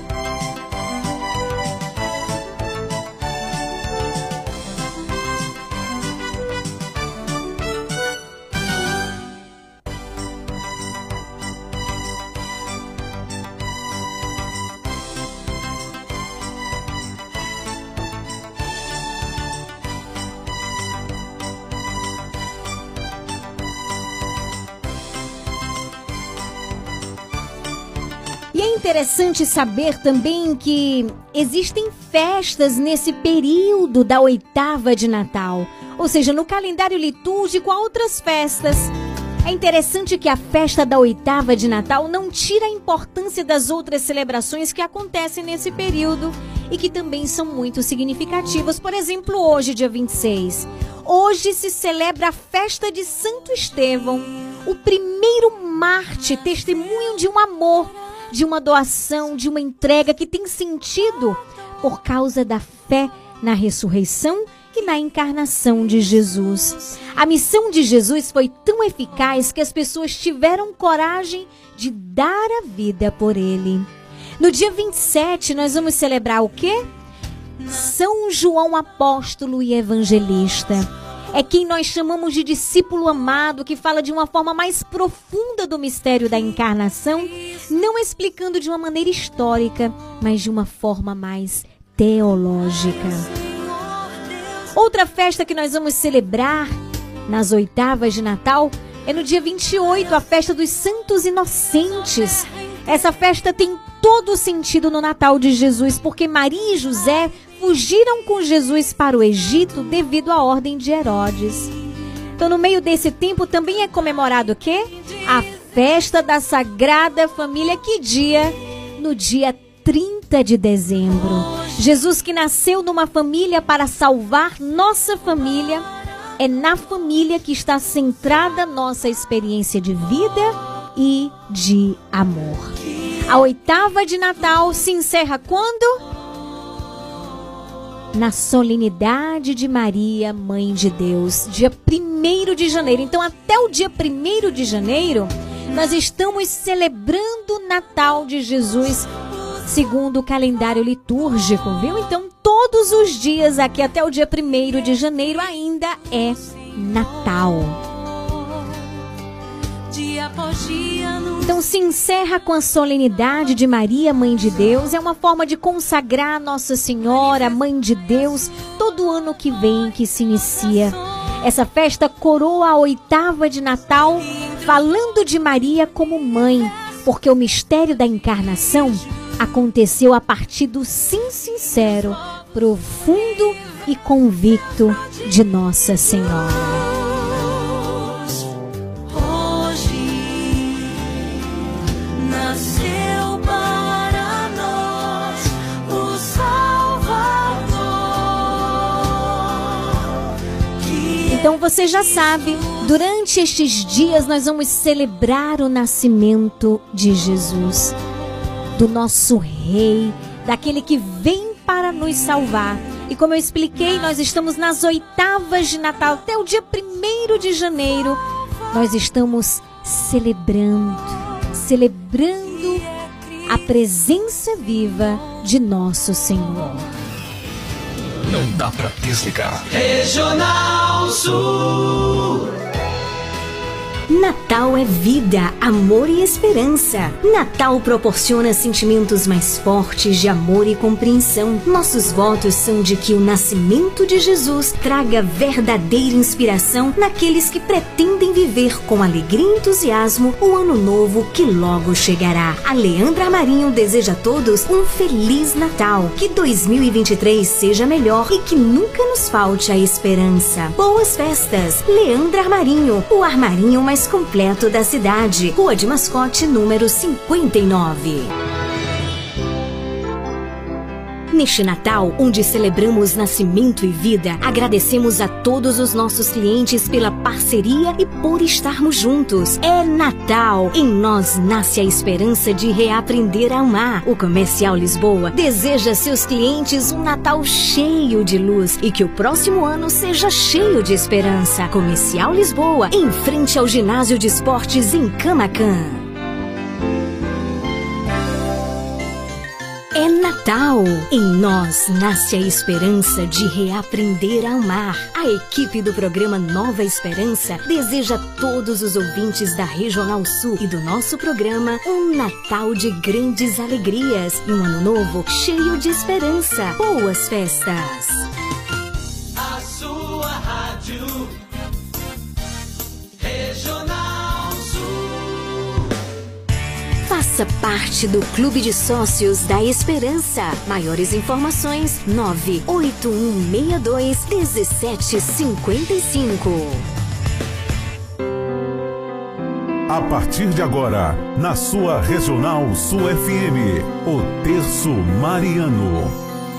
Interessante saber também que existem festas nesse período da oitava de Natal, ou seja, no calendário litúrgico há outras festas. É interessante que a festa da oitava de Natal não tira a importância das outras celebrações que acontecem nesse período e que também são muito significativas. Por exemplo, hoje, dia vinte e seis, hoje se celebra a festa de Santo Estevão, o primeiro mártir, testemunho de um amor, de uma doação, de uma entrega que tem sentido por causa da fé na ressurreição e na encarnação de Jesus. A missão de Jesus foi tão eficaz que as pessoas tiveram coragem de dar a vida por ele. No dia vinte e sete, nós vamos celebrar o quê? São João Apóstolo e Evangelista. É quem nós chamamos de discípulo amado, que fala de uma forma mais profunda do mistério da encarnação, não explicando de uma maneira histórica, mas de uma forma mais teológica. Outra festa que nós vamos celebrar nas oitavas de Natal é no dia vinte e oito, a festa dos Santos Inocentes. Essa festa tem todo o sentido no Natal de Jesus, porque Maria e José fugiram com Jesus para o Egito devido à ordem de Herodes. Então, no meio desse tempo também é comemorado o quê? A festa da Sagrada Família. Que dia? No dia trinta de dezembro. Jesus, que nasceu numa família para salvar nossa família, é na família que está centrada nossa experiência de vida e de amor. A oitava de Natal se encerra quando? Na solenidade de Maria, Mãe de Deus, dia primeiro de janeiro. Então, até o dia primeiro de janeiro, nós estamos celebrando o Natal de Jesus, segundo o calendário litúrgico, viu? Então, todos os dias aqui até o dia primeiro de janeiro ainda é Natal. Então se encerra com a solenidade de Maria, Mãe de Deus. É uma forma de consagrar Nossa Senhora, Mãe de Deus, todo ano que vem que se inicia. Essa festa coroa a oitava de Natal, falando de Maria como mãe, porque o mistério da encarnação aconteceu a partir do sim sincero, profundo e convicto de Nossa Senhora. Então você já sabe, durante estes dias nós vamos celebrar o nascimento de Jesus, do nosso Rei, daquele que vem para nos salvar. E como eu expliquei, nós estamos nas oitavas de Natal, até o dia primeiro de janeiro, nós estamos celebrando, celebrando a presença viva de nosso Senhor. Não dá pra desligar. Regional Sul. Natal é vida, amor e esperança. Natal proporciona sentimentos mais fortes de amor e compreensão. Nossos votos são de que o nascimento de Jesus traga verdadeira inspiração naqueles que pretendem viver com alegria e entusiasmo o ano novo que logo chegará. A Leandra Armarinho deseja a todos um Feliz Natal. Que dois mil e vinte e três seja melhor e que nunca nos falte a esperança. Boas festas! Leandra Armarinho, o armarinho mais completo da cidade. Rua de Mascote, número cinquenta e nove. Neste Natal, onde celebramos nascimento e vida, agradecemos a todos os nossos clientes pela parceria e por estarmos juntos. É Natal! Em nós nasce a esperança de reaprender a amar. O Comercial Lisboa deseja a seus clientes um Natal cheio de luz e que o próximo ano seja cheio de esperança. Comercial Lisboa, em frente ao Ginásio de Esportes em Camaquã. É Natal! Em nós nasce a esperança de reaprender a amar. A equipe do programa Nova Esperança deseja a todos os ouvintes da Regional Sul e do nosso programa um Natal de grandes alegrias e um ano novo cheio de esperança. Boas festas! A sua rádio Regional Sul. Faça parte do Clube de Sócios da Esperança. Maiores informações nove oito um seis dois um sete cinco cinco. A partir de agora, na sua Regional Sul F M, o Terço Mariano.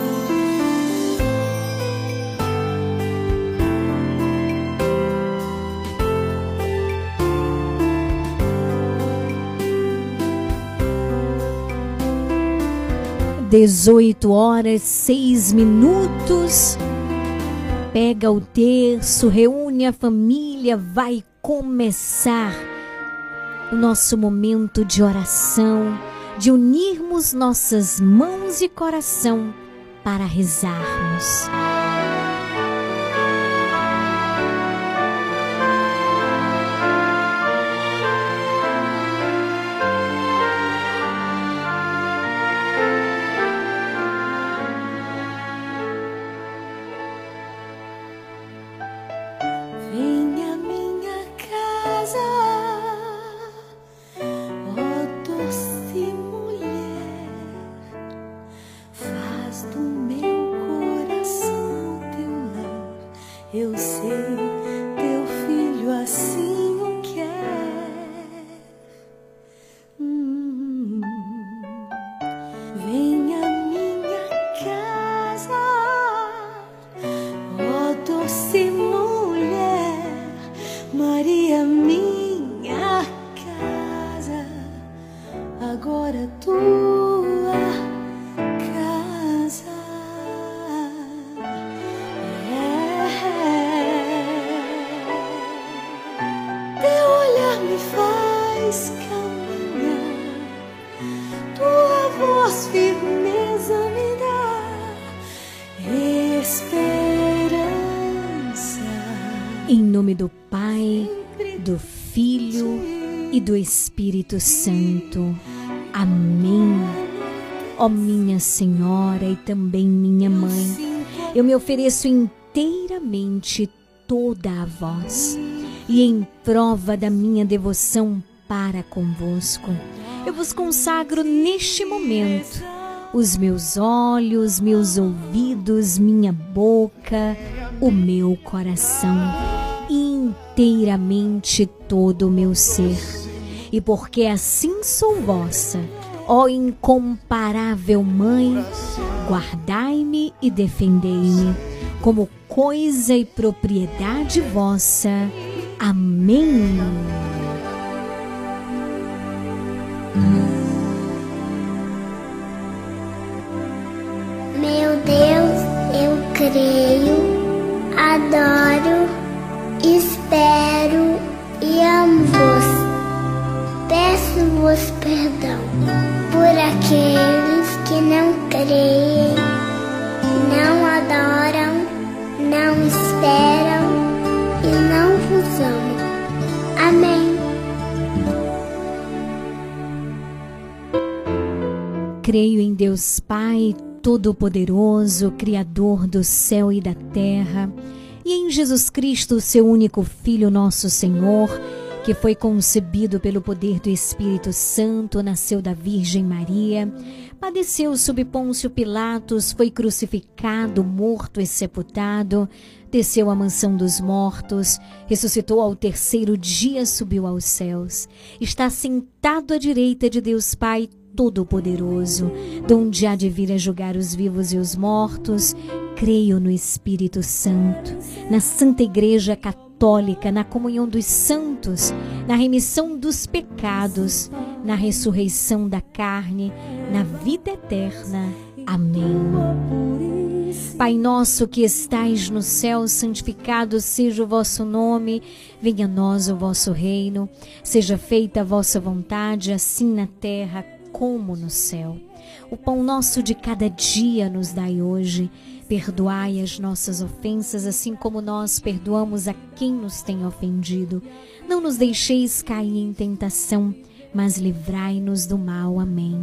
dezoito horas, seis minutos. Pega o terço, reúne a família, vai começar o nosso momento de oração, de unirmos nossas mãos e coração para rezarmos. Eu sei, teu filho assim o quer. Hum, venha à minha casa, ó doce mulher, Maria, minha casa. me faz caminhar, tua voz firmeza me dá esperança. Em nome do Pai, do Filho e do Espírito Santo. Amém. Ó minha Senhora e também minha Mãe, eu me ofereço inteiramente toda a vós, e em prova da minha devoção para convosco, eu vos consagro neste momento os meus olhos, meus ouvidos, minha boca, o meu coração, inteiramente todo o meu ser. E porque assim sou vossa, ó incomparável Mãe, guardai-me e defendei-me como coisa e propriedade vossa. Amém. Meu Deus, eu creio, adoro, espero e amo-vos. Peço-vos perdão por aqueles que não creem, não adoram, não esperam e não vos amam. Amém. Creio em Deus Pai Todo-Poderoso, Criador do céu e da terra, e em Jesus Cristo, seu único Filho, nosso Senhor, que foi concebido pelo poder do Espírito Santo, nasceu da Virgem Maria, padeceu sob Pôncio Pilatos, foi crucificado, morto e sepultado, desceu à mansão dos mortos, ressuscitou ao terceiro dia, subiu aos céus, está sentado à direita de Deus Pai Todo-Poderoso, donde há de vir a julgar os vivos e os mortos. Creio no Espírito Santo, na Santa Igreja Católica, na comunhão dos santos, na remissão dos pecados, na ressurreição da carne, na vida eterna. Amém. Pai nosso que estais no céu, santificado seja o vosso nome, venha a nós o vosso reino, seja feita a vossa vontade, assim na terra como no céu. O pão nosso de cada dia nos dai hoje. Perdoai as nossas ofensas, assim como nós perdoamos a quem nos tem ofendido. Não nos deixeis cair em tentação, mas livrai-nos do mal. Amém.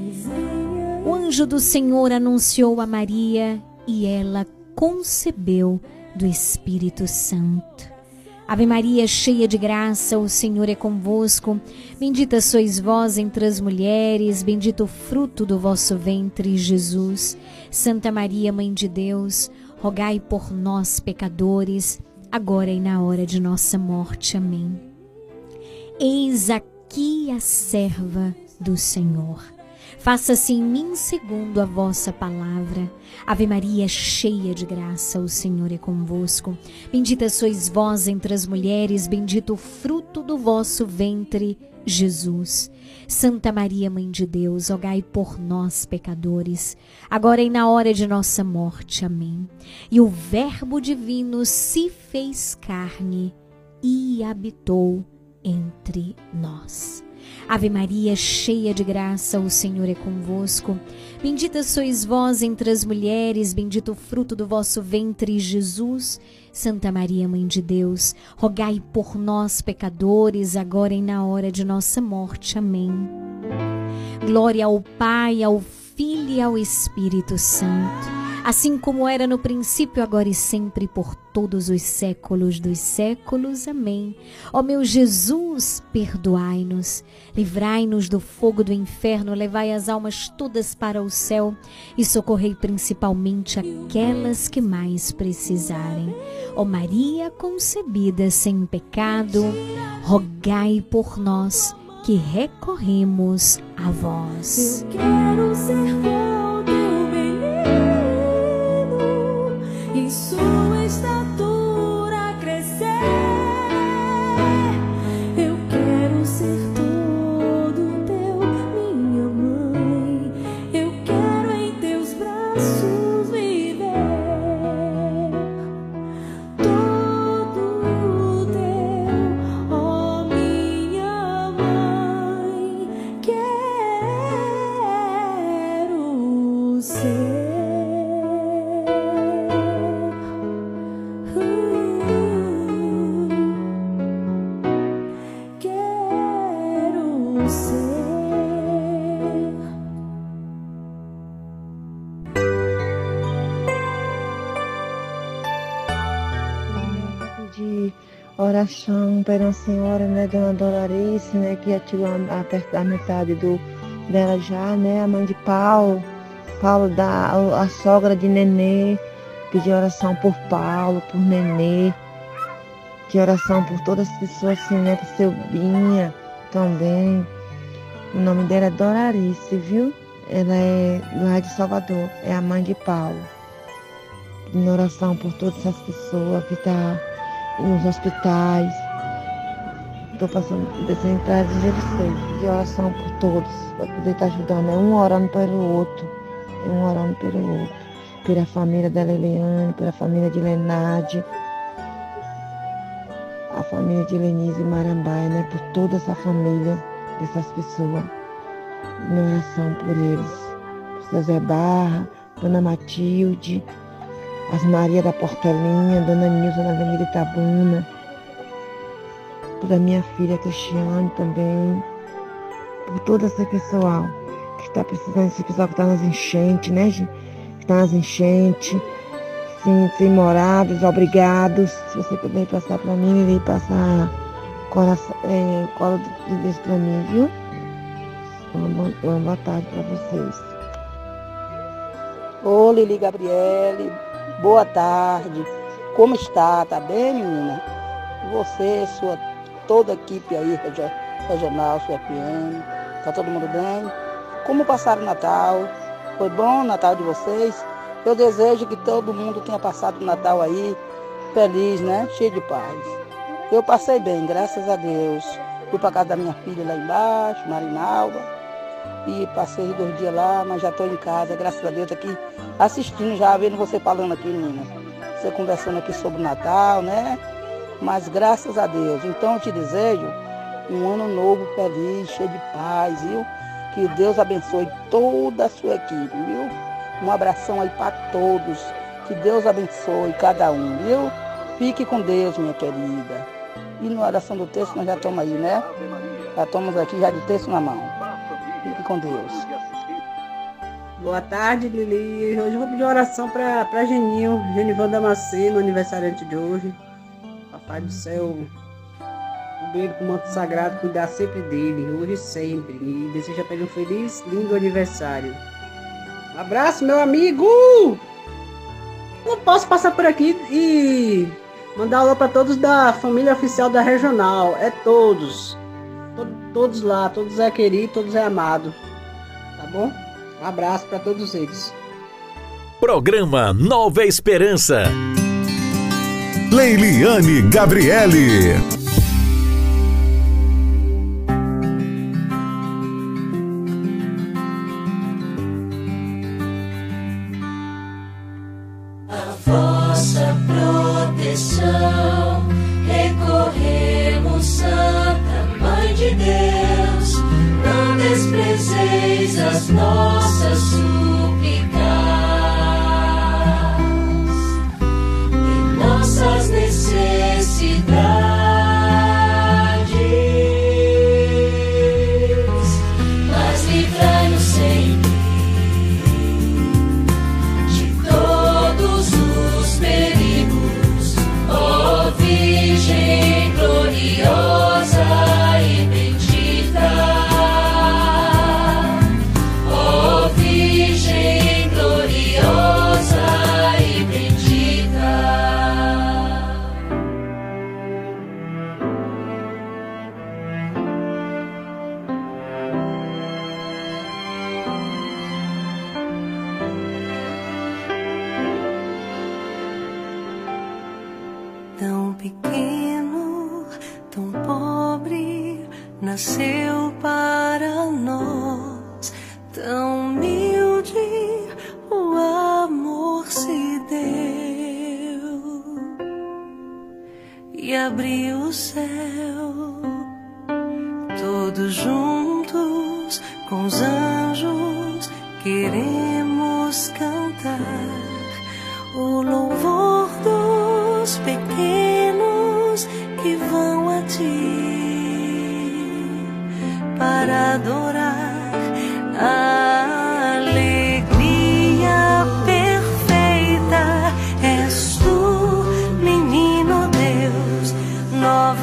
O anjo do Senhor anunciou a Maria e ela concebeu do Espírito Santo. Ave Maria, cheia de graça, o Senhor é convosco. Bendita sois vós entre as mulheres, bendito o fruto do vosso ventre, Jesus. Santa Maria, Mãe de Deus, rogai por nós, pecadores, agora e na hora de nossa morte. Amém. Eis aqui a serva do Senhor. Faça-se em mim segundo a vossa palavra. Ave Maria, cheia de graça, o Senhor é convosco. Bendita sois vós entre as mulheres, bendito o fruto do vosso ventre, Jesus. Santa Maria, Mãe de Deus, rogai por nós, pecadores, agora e na hora de nossa morte. Amém. E o Verbo divino se fez carne e habitou entre nós. Ave Maria, cheia de graça, o Senhor é convosco. Bendita sois vós entre as mulheres, bendito o fruto do vosso ventre, Jesus. Santa Maria, Mãe de Deus, rogai por nós, pecadores, agora e na hora de nossa morte. Amém. Glória ao Pai, ao Filho e ao Espírito Santo, assim como era no princípio, agora e sempre, por todos os séculos dos séculos. Amém. Ó meu Jesus, perdoai-nos, livrai-nos do fogo do inferno, levai as almas todas para o céu e socorrei principalmente aquelas que mais precisarem. Ó Maria concebida sem pecado, rogai por nós que recorremos a vós. Eu quero ser como teu menino, em sua estatura crescer. Eu quero ser todo teu, minha mãe. Eu quero em teus braços viver. Todo teu, ó minha oração pela senhora, né, Dona Dorarice, né, que atirou a, a, perto da metade do, dela já, né, a mãe de Paulo, Paulo da, a, a sogra de Nenê, pedir oração por Paulo, por Nenê, de oração por todas as pessoas, assim, né, por Selbinha também. O nome dela é Dorarice, viu? Ela é lá de Salvador, é a mãe de Paulo. Pedindo oração por todas as pessoas que estão nos hospitais. Estou passando desentrada de Jesus, de oração por todos, para poder estar ajudando. É um orando pelo outro, é um orando pelo outro. Pela família da Leliane, pela família de Lenade, a família de Lenise Marambaia, né? Por toda essa família dessas pessoas. Minha oração por eles. Por seu Zé Barra, Dona Matilde, as Maria da Portelinha, Dona Nilza na Avenida Itabuna, por a minha filha Cristiane também, por todo esse pessoal que está precisando, esse pessoal que está nas enchentes, né, gente? Que está nas enchentes, sem, sem morados, obrigados. Se você puder passar para mim, ele passar coração, é, colo de Deus para mim, viu? Uma, uma boa tarde para vocês. Ô Lili Gabriele, boa tarde. Como está? Tá bem, menina? Você, sua, toda a equipe aí, regional, sua F M, tá todo mundo bem? Como passaram o Natal? Foi bom o Natal de vocês? Eu desejo que todo mundo tenha passado o Natal aí feliz, né? Cheio de paz. Eu passei bem, graças a Deus. Fui para casa da minha filha lá embaixo, Marinalva. E passei dois dias lá, mas já estou em casa, graças a Deus, aqui assistindo já, vendo você falando aqui, menina. Você conversando aqui sobre o Natal, né? Mas graças a Deus. Então eu te desejo um ano novo feliz, cheio de paz, viu? Que Deus abençoe toda a sua equipe, viu? Um abração aí para todos. Que Deus abençoe cada um, viu? Fique com Deus, minha querida. E na oração do texto nós já estamos aí, né? Já estamos aqui já de texto na mão. Fique com Deus. Boa tarde, Lili. Hoje eu vou pedir oração para Geninho, Genivan Damasceno, aniversariante de hoje. Papai do céu, cobrir ele com o manto sagrado, cuidar sempre dele, hoje e sempre. E deseja para ele um feliz, lindo aniversário. Um abraço, meu amigo! Não posso passar por aqui e mandar alô para todos da família oficial da Regional. É todos. Todos lá, todos é querido, todos é amado. Tá bom? Um abraço para todos eles. Programa Nova Esperança. Leiliane Gabriele. A vossa proteção recorremos, Santa Mãe de Deus, não desprezeis as nossas súplicas e nossas necessidades, mas livrai-nos sempre de todos os perigos, ó Virgem gloriosa e bendita, ó Virgem gloriosa e bendita. Tão pequeno, tão pobre, nasceu para nós. Tão humilde, o amor se deu e abriu o céu. Todos juntos, com os anjos, queremos cantar o louvor dos pequenos que vão a ti para adorar a alegria perfeita. És tu, menino Deus, nova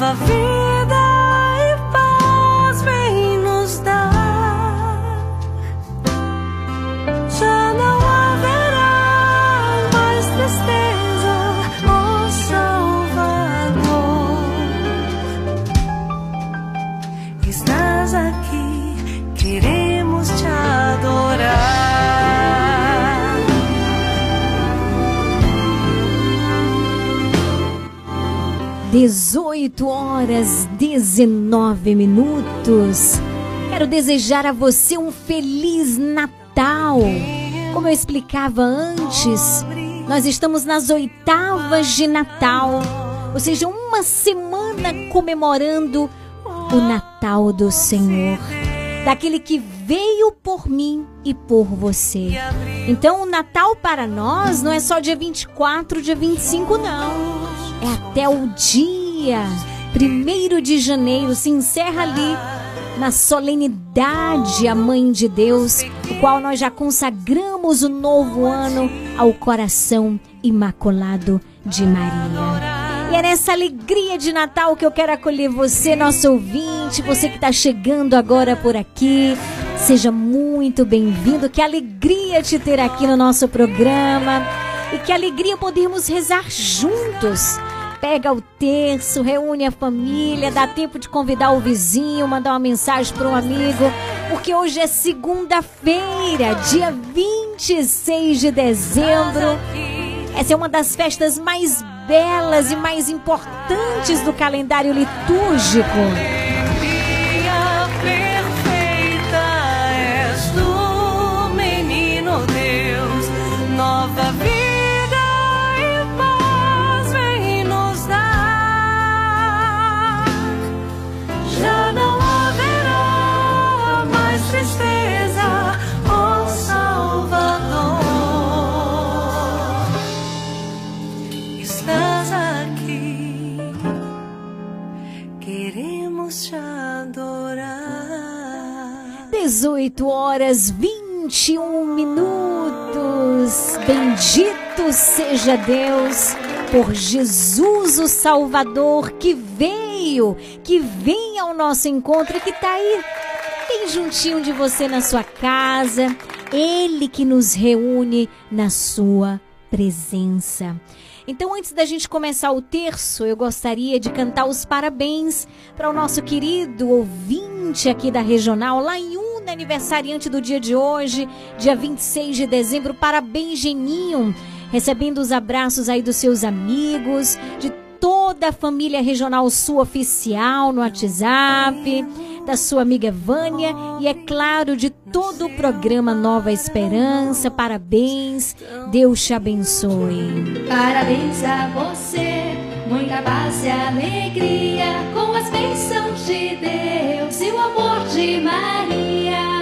dezoito horas, dezenove minutos. Quero desejar a você um Feliz Natal. Como eu explicava antes, nós estamos nas oitavas de Natal, ou seja, uma semana comemorando o Natal do Senhor, daquele que veio por mim e por você. Então o Natal para nós não é só dia vinte e quatro, dia vinte e cinco, não. É até o dia primeiro de janeiro, se encerra ali na solenidade à Mãe de Deus, o qual nós já consagramos o novo ano ao coração imaculado de Maria. E é nessa alegria de Natal que eu quero acolher você, nosso ouvinte, você que está chegando agora por aqui. Seja muito bem-vindo, que alegria te ter aqui no nosso programa e que alegria podermos rezar juntos. Pega o terço, reúne a família, dá tempo de convidar o vizinho, mandar uma mensagem para um amigo, porque hoje é segunda-feira, dia vinte e seis de dezembro. Essa é uma das festas mais belas e mais importantes do calendário litúrgico. Dia perfeita és tu, menino Deus, nova vida. dezoito horas, vinte e um minutos. Bendito seja Deus por Jesus o Salvador, que veio, que vem ao nosso encontro e que está aí bem juntinho de você na sua casa. Ele que nos reúne na sua presença. Então, antes da gente começar o terço, eu gostaria de cantar os parabéns para o nosso querido ouvinte aqui da Regional, lá em Una, aniversariante do dia de hoje, dia vinte e seis de dezembro. Parabéns, Geninho, recebendo os abraços aí dos seus amigos, de toda a família Regional Sul oficial no WhatsApp, da sua amiga Vânia e, é claro, de todo o programa Nova Esperança. Parabéns, Deus te abençoe. Parabéns a você, muita paz e alegria, com as bênçãos de Deus e o amor de Maria.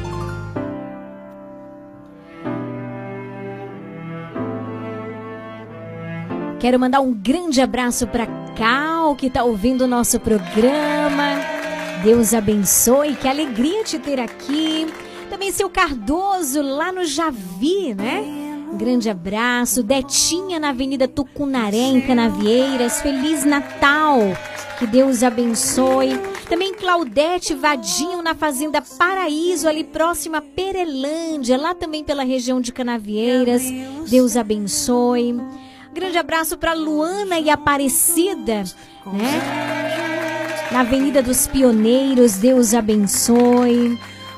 Quero mandar um grande abraço para Cal, que está ouvindo o nosso programa. Deus abençoe, que alegria te ter aqui. Também seu Cardoso, lá no Javi, né? Um grande abraço. Detinha, na Avenida Tucunaré, em Canavieiras. Feliz Natal, que Deus abençoe. Também Claudete Vadinho, na Fazenda Paraíso, ali próxima a Perelândia, lá também pela região de Canavieiras. Deus abençoe. Grande abraço para Luana e Aparecida, né? Na Avenida dos Pioneiros. Deus abençoe.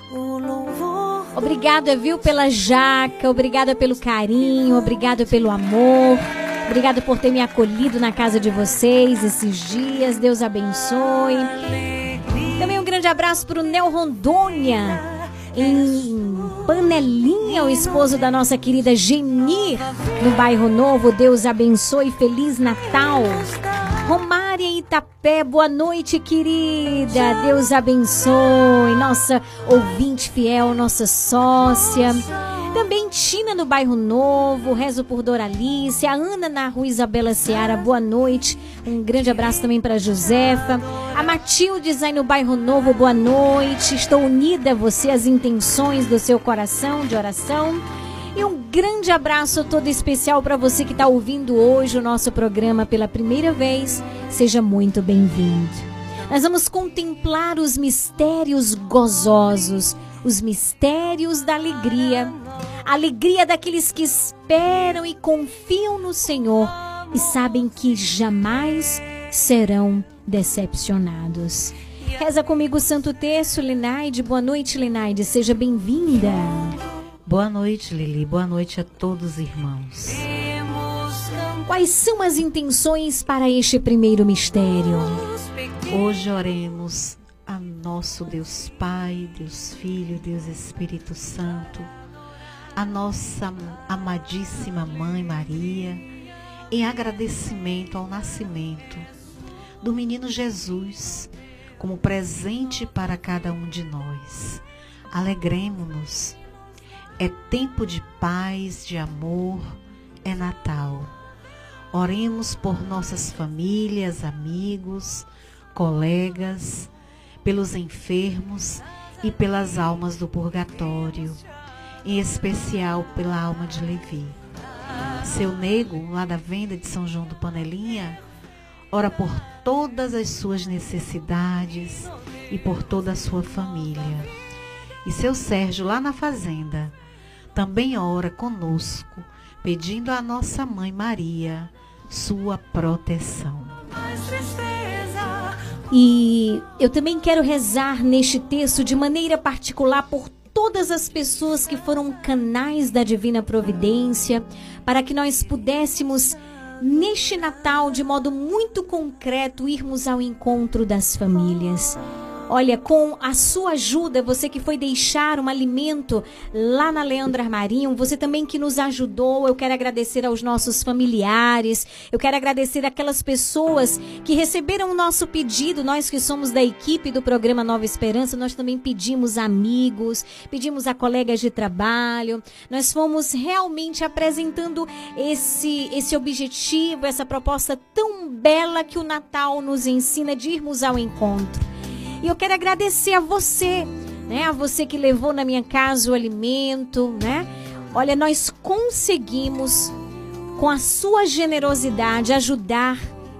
Obrigada, viu, pela jaca, obrigada pelo carinho, obrigada pelo amor, obrigada por ter me acolhido na casa de vocês esses dias. Deus abençoe. Também um grande abraço para o Neo Rondônia, em Panelinha, o esposo da nossa querida Genir, no Bairro Novo. Deus abençoe, Feliz Natal. Romária Itapé, boa noite, querida. Deus abençoe, nossa ouvinte fiel, nossa sócia. Também Tina no Bairro Novo, rezo por Doralice. A Ana na Rua Isabela Seara, boa noite. Um grande abraço também para Josefa. A Matildes aí no Bairro Novo, boa noite. Estou unida a você, as intenções do seu coração de oração. E um grande abraço todo especial para você que está ouvindo hoje o nosso programa pela primeira vez. Seja muito bem-vindo. Nós vamos contemplar os mistérios gozosos, os mistérios da alegria. A alegria daqueles que esperam e confiam no Senhor e sabem que jamais serão decepcionados. Reza comigo o Santo Terço, Linaide. Boa noite, Linaide. Seja bem-vinda. Boa noite, Lili. Boa noite a todos os irmãos. Iremos cantar Quais são as intenções para este primeiro mistério? Hoje oremos a nosso Deus Pai, Deus Filho, Deus Espírito Santo, a nossa amadíssima Mãe Maria, em agradecimento ao nascimento do menino Jesus, como presente para cada um de nós. Alegremo-nos. É tempo de paz, de amor, é Natal. Oremos por nossas famílias, amigos, colegas, pelos enfermos e pelas almas do purgatório, em especial pela alma de Levi. Seu Nego, lá da venda de São João do Panelinha, ora por todas as suas necessidades e por toda a sua família. E seu Sérgio, lá na fazenda, também ora conosco, pedindo à nossa Mãe Maria sua proteção. E eu também quero rezar neste texto de maneira particular por todas as pessoas que foram canais da Divina Providência, para que nós pudéssemos, neste Natal, de modo muito concreto, irmos ao encontro das famílias. Olha, com a sua ajuda, você que foi deixar um alimento lá na Leandro Armarinho, você também que nos ajudou, eu quero agradecer aos nossos familiares, eu quero agradecer aquelas pessoas que receberam o nosso pedido, nós que somos da equipe do programa Nova Esperança, nós também pedimos amigos, pedimos a colegas de trabalho, nós fomos realmente apresentando esse, esse objetivo, essa proposta tão bela que o Natal nos ensina de irmos ao encontro. E eu quero agradecer a você, né? A você que levou na minha casa o alimento, né? Olha, nós conseguimos, com a sua generosidade, ajudar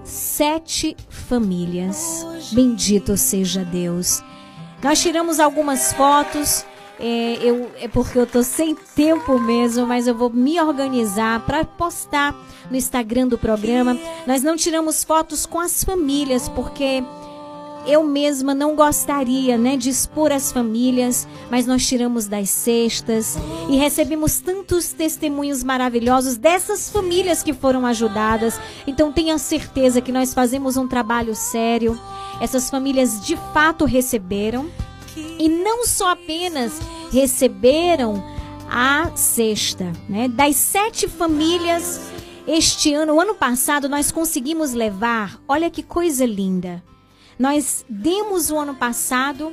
sete famílias. Bendito seja Deus. Nós tiramos algumas fotos, é, eu, é porque eu tô sem tempo mesmo, mas eu vou me organizar para postar no Instagram do programa. Nós não tiramos fotos com as famílias, porque eu mesma não gostaria, né, de expor as famílias, mas nós tiramos das cestas e recebemos tantos testemunhos maravilhosos dessas famílias que foram ajudadas. Então tenha certeza que nós fazemos um trabalho sério. Essas famílias de fato receberam, e não só apenas receberam a cesta, né? Das sete famílias, este ano, o ano passado, nós conseguimos levar, olha que coisa linda. Nós demos o ano passado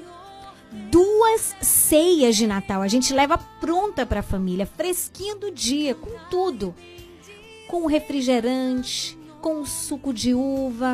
duas ceias de Natal. A gente leva pronta para a família, fresquinha do dia, com tudo. Com o refrigerante, com o suco de uva,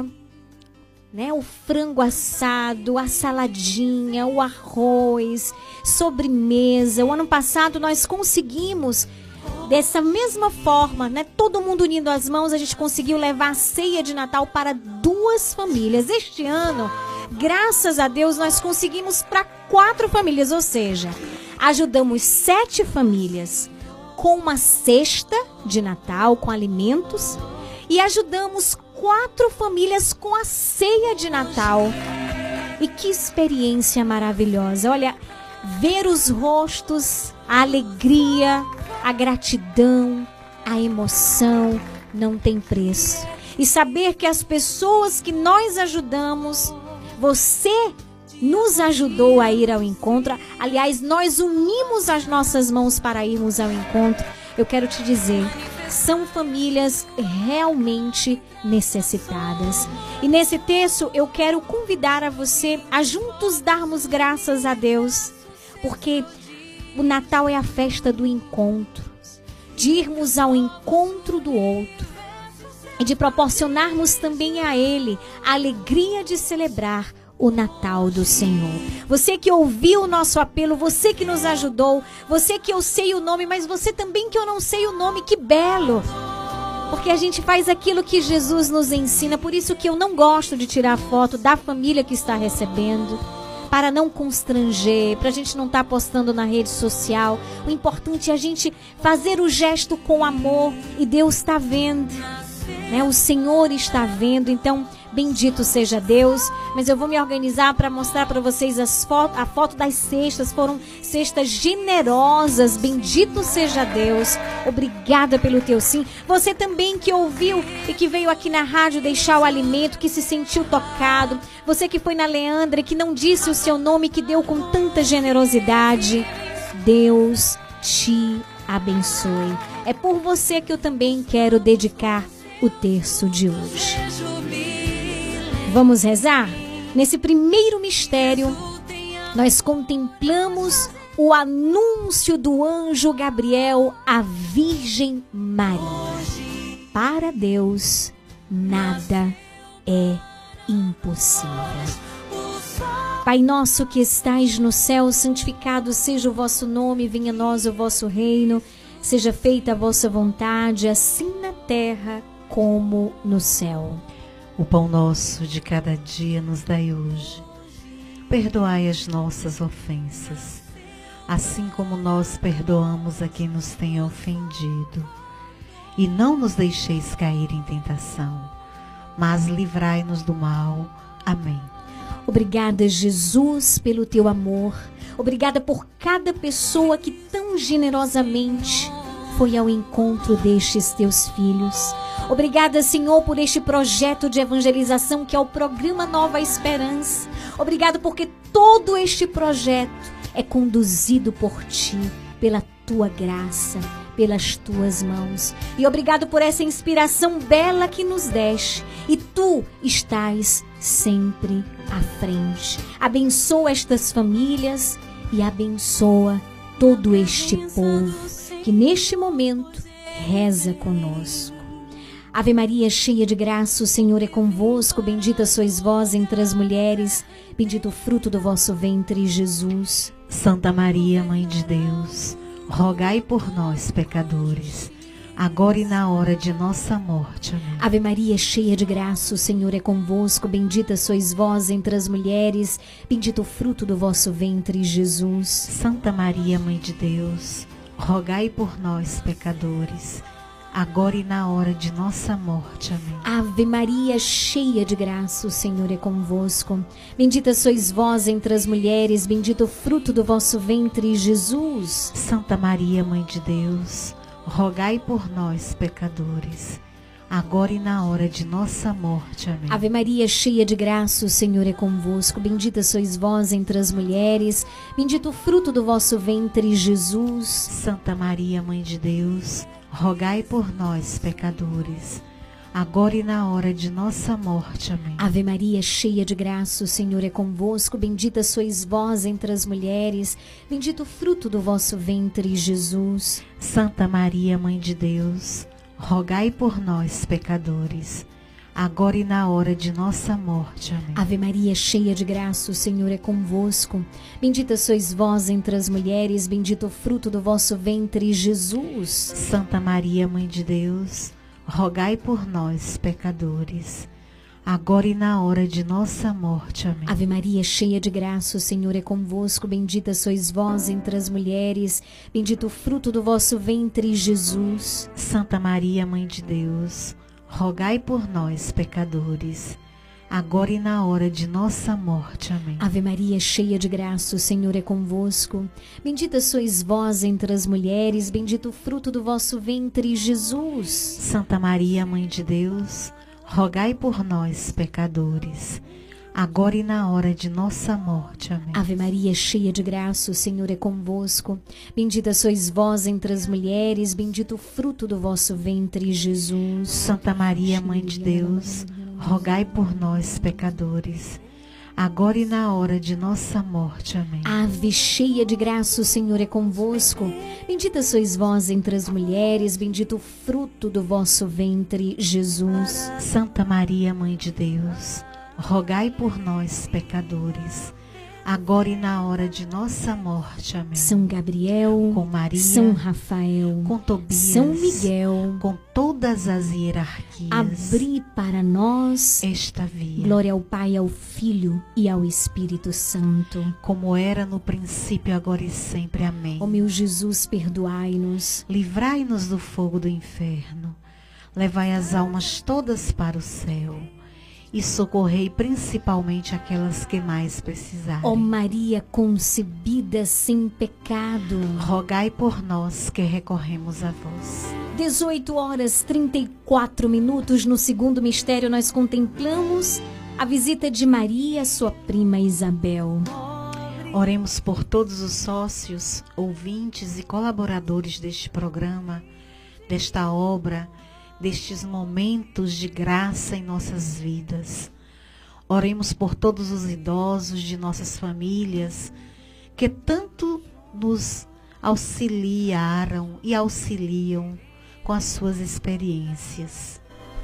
né? O frango assado, a saladinha, o arroz, sobremesa. O ano passado nós conseguimos, dessa mesma forma, né? Todo mundo unindo as mãos, a gente conseguiu levar a ceia de Natal para duas famílias. Este ano, graças a Deus, nós conseguimos para quatro famílias, ou seja, ajudamos sete famílias com uma cesta de Natal, com alimentos, e ajudamos quatro famílias com a ceia de Natal. E que experiência maravilhosa! Olha, ver os rostos, a alegria, a gratidão, a emoção não tem preço. E saber que as pessoas que nós ajudamos, você nos ajudou a ir ao encontro. Aliás, nós unimos as nossas mãos para irmos ao encontro. Eu quero te dizer, são famílias realmente necessitadas. E nesse texto eu quero convidar a você a juntos darmos graças a Deus, porque o Natal é a festa do encontro, de irmos ao encontro do outro e de proporcionarmos também a Ele a alegria de celebrar o Natal do Senhor. Você que ouviu o nosso apelo, você que nos ajudou, você que eu sei o nome, mas você também que eu não sei o nome, que belo! Porque a gente faz aquilo que Jesus nos ensina, por isso que eu não gosto de tirar foto da família que está recebendo, para não constranger, para a gente não estar tá postando na rede social. O importante é a gente fazer o gesto com amor, e Deus está vendo, né? O Senhor está vendo. Então, Bendito seja Deus. Mas eu vou me organizar para mostrar para vocês as foto, a foto das cestas. Foram cestas generosas. Bendito seja Deus. Obrigada pelo teu sim. Você também que ouviu e que veio aqui na rádio deixar o alimento, que se sentiu tocado. Você que foi na Leandra e que não disse o seu nome, que deu com tanta generosidade. Deus te abençoe. É por você que eu também quero dedicar o terço de hoje. Vamos rezar? Nesse primeiro mistério, nós contemplamos o anúncio do anjo Gabriel à Virgem Maria. Para Deus, nada é impossível. Pai nosso que estais no céu, santificado seja o vosso nome, venha a nós o vosso reino, seja feita a vossa vontade, assim na terra como no céu. O pão nosso de cada dia nos dai hoje. Perdoai as nossas ofensas, assim como nós perdoamos a quem nos tem ofendido. E não nos deixeis cair em tentação, mas livrai-nos do mal. Amém. Obrigada, Jesus, pelo teu amor. Obrigada por cada pessoa que tão generosamente foi ao encontro destes teus filhos. Obrigada, Senhor, por este projeto de evangelização que é o programa Nova Esperança. Obrigado porque todo este projeto é conduzido por Ti, pela Tua graça, pelas Tuas mãos. E obrigado por essa inspiração bela que nos deste. E Tu estás sempre à frente. Abençoa estas famílias e abençoa todo este povo que neste momento reza conosco. Ave Maria, cheia de graça, o Senhor é convosco. Bendita sois vós entre as mulheres, bendito o fruto do vosso ventre, Jesus. Santa Maria, Mãe de Deus, rogai por nós, pecadores, agora e na hora de nossa morte. Amém. Ave Maria, cheia de graça, o Senhor é convosco. Bendita sois vós entre as mulheres, bendito o fruto do vosso ventre, Jesus. Santa Maria, Mãe de Deus, rogai por nós, pecadores, agora e na hora de nossa morte. Amém. Ave Maria, cheia de graça, o Senhor é convosco. Bendita sois vós entre as mulheres, bendito o fruto do vosso ventre, Jesus. Santa Maria, Mãe de Deus, rogai por nós, pecadores, agora e na hora de nossa morte. Amém. Ave Maria, cheia de graça, o Senhor é convosco. Bendita sois vós entre as mulheres, bendito o fruto do vosso ventre, Jesus. Santa Maria, Mãe de Deus, rogai por nós, pecadores, agora e na hora de nossa morte. Amém. Ave Maria, cheia de graça, o Senhor é convosco. Bendita sois vós entre as mulheres, bendito o fruto do vosso ventre, Jesus. Santa Maria, Mãe de Deus, rogai por nós, pecadores, agora e na hora de nossa morte. Amém. Ave Maria, cheia de graça, o Senhor é convosco. Bendita sois vós entre as mulheres, bendito o fruto do vosso ventre, Jesus. Santa Maria, Mãe de Deus, rogai por nós, pecadores, agora e na hora de nossa morte. Amém. Ave Maria, cheia de graça, o Senhor é convosco. Bendita sois vós entre as mulheres, bendito o fruto do vosso ventre, Jesus. Santa Maria, Mãe de Deus, rogai por nós, pecadores, agora e na hora de nossa morte. Amém. Ave Maria, cheia de graça, o Senhor é convosco. Bendita sois vós entre as mulheres, bendito o fruto do vosso ventre, Jesus. Santa Maria, Mãe de Deus, rogai por nós, pecadores, agora e na hora de nossa morte. Amém. Ave Maria, cheia de graça, o Senhor é convosco. Bendita sois vós entre as mulheres, bendito o fruto do vosso ventre, Jesus. Santa Maria, Mãe de Deus, rogai por nós, pecadores, agora e na hora de nossa morte. Amém. Ave cheia de graça, o Senhor é convosco. Bendita sois vós entre as mulheres, bendito o fruto do vosso ventre, Jesus. Santa Maria, Mãe de Deus, rogai por nós, pecadores, agora e na hora de nossa morte. Amém. São Gabriel, com Maria, São Rafael, com Tobias, São Miguel, com todas as hierarquias, abri para nós esta via. Glória ao Pai, ao Filho e ao Espírito Santo, como era no princípio, agora e sempre. Amém. Ó meu Jesus, perdoai-nos, livrai-nos do fogo do inferno, levai as almas todas para o céu e socorrei principalmente aquelas que mais precisarem. Ó Maria concebida sem pecado, rogai por nós que recorremos a vós. dezoito horas trinta e quatro minutos, no segundo mistério nós contemplamos a visita de Maria, sua prima Isabel. Oremos por todos os sócios, ouvintes e colaboradores deste programa, desta obra, destes momentos de graça em nossas vidas. Oremos por todos os idosos de nossas famílias, que tanto nos auxiliaram e auxiliam com as suas experiências.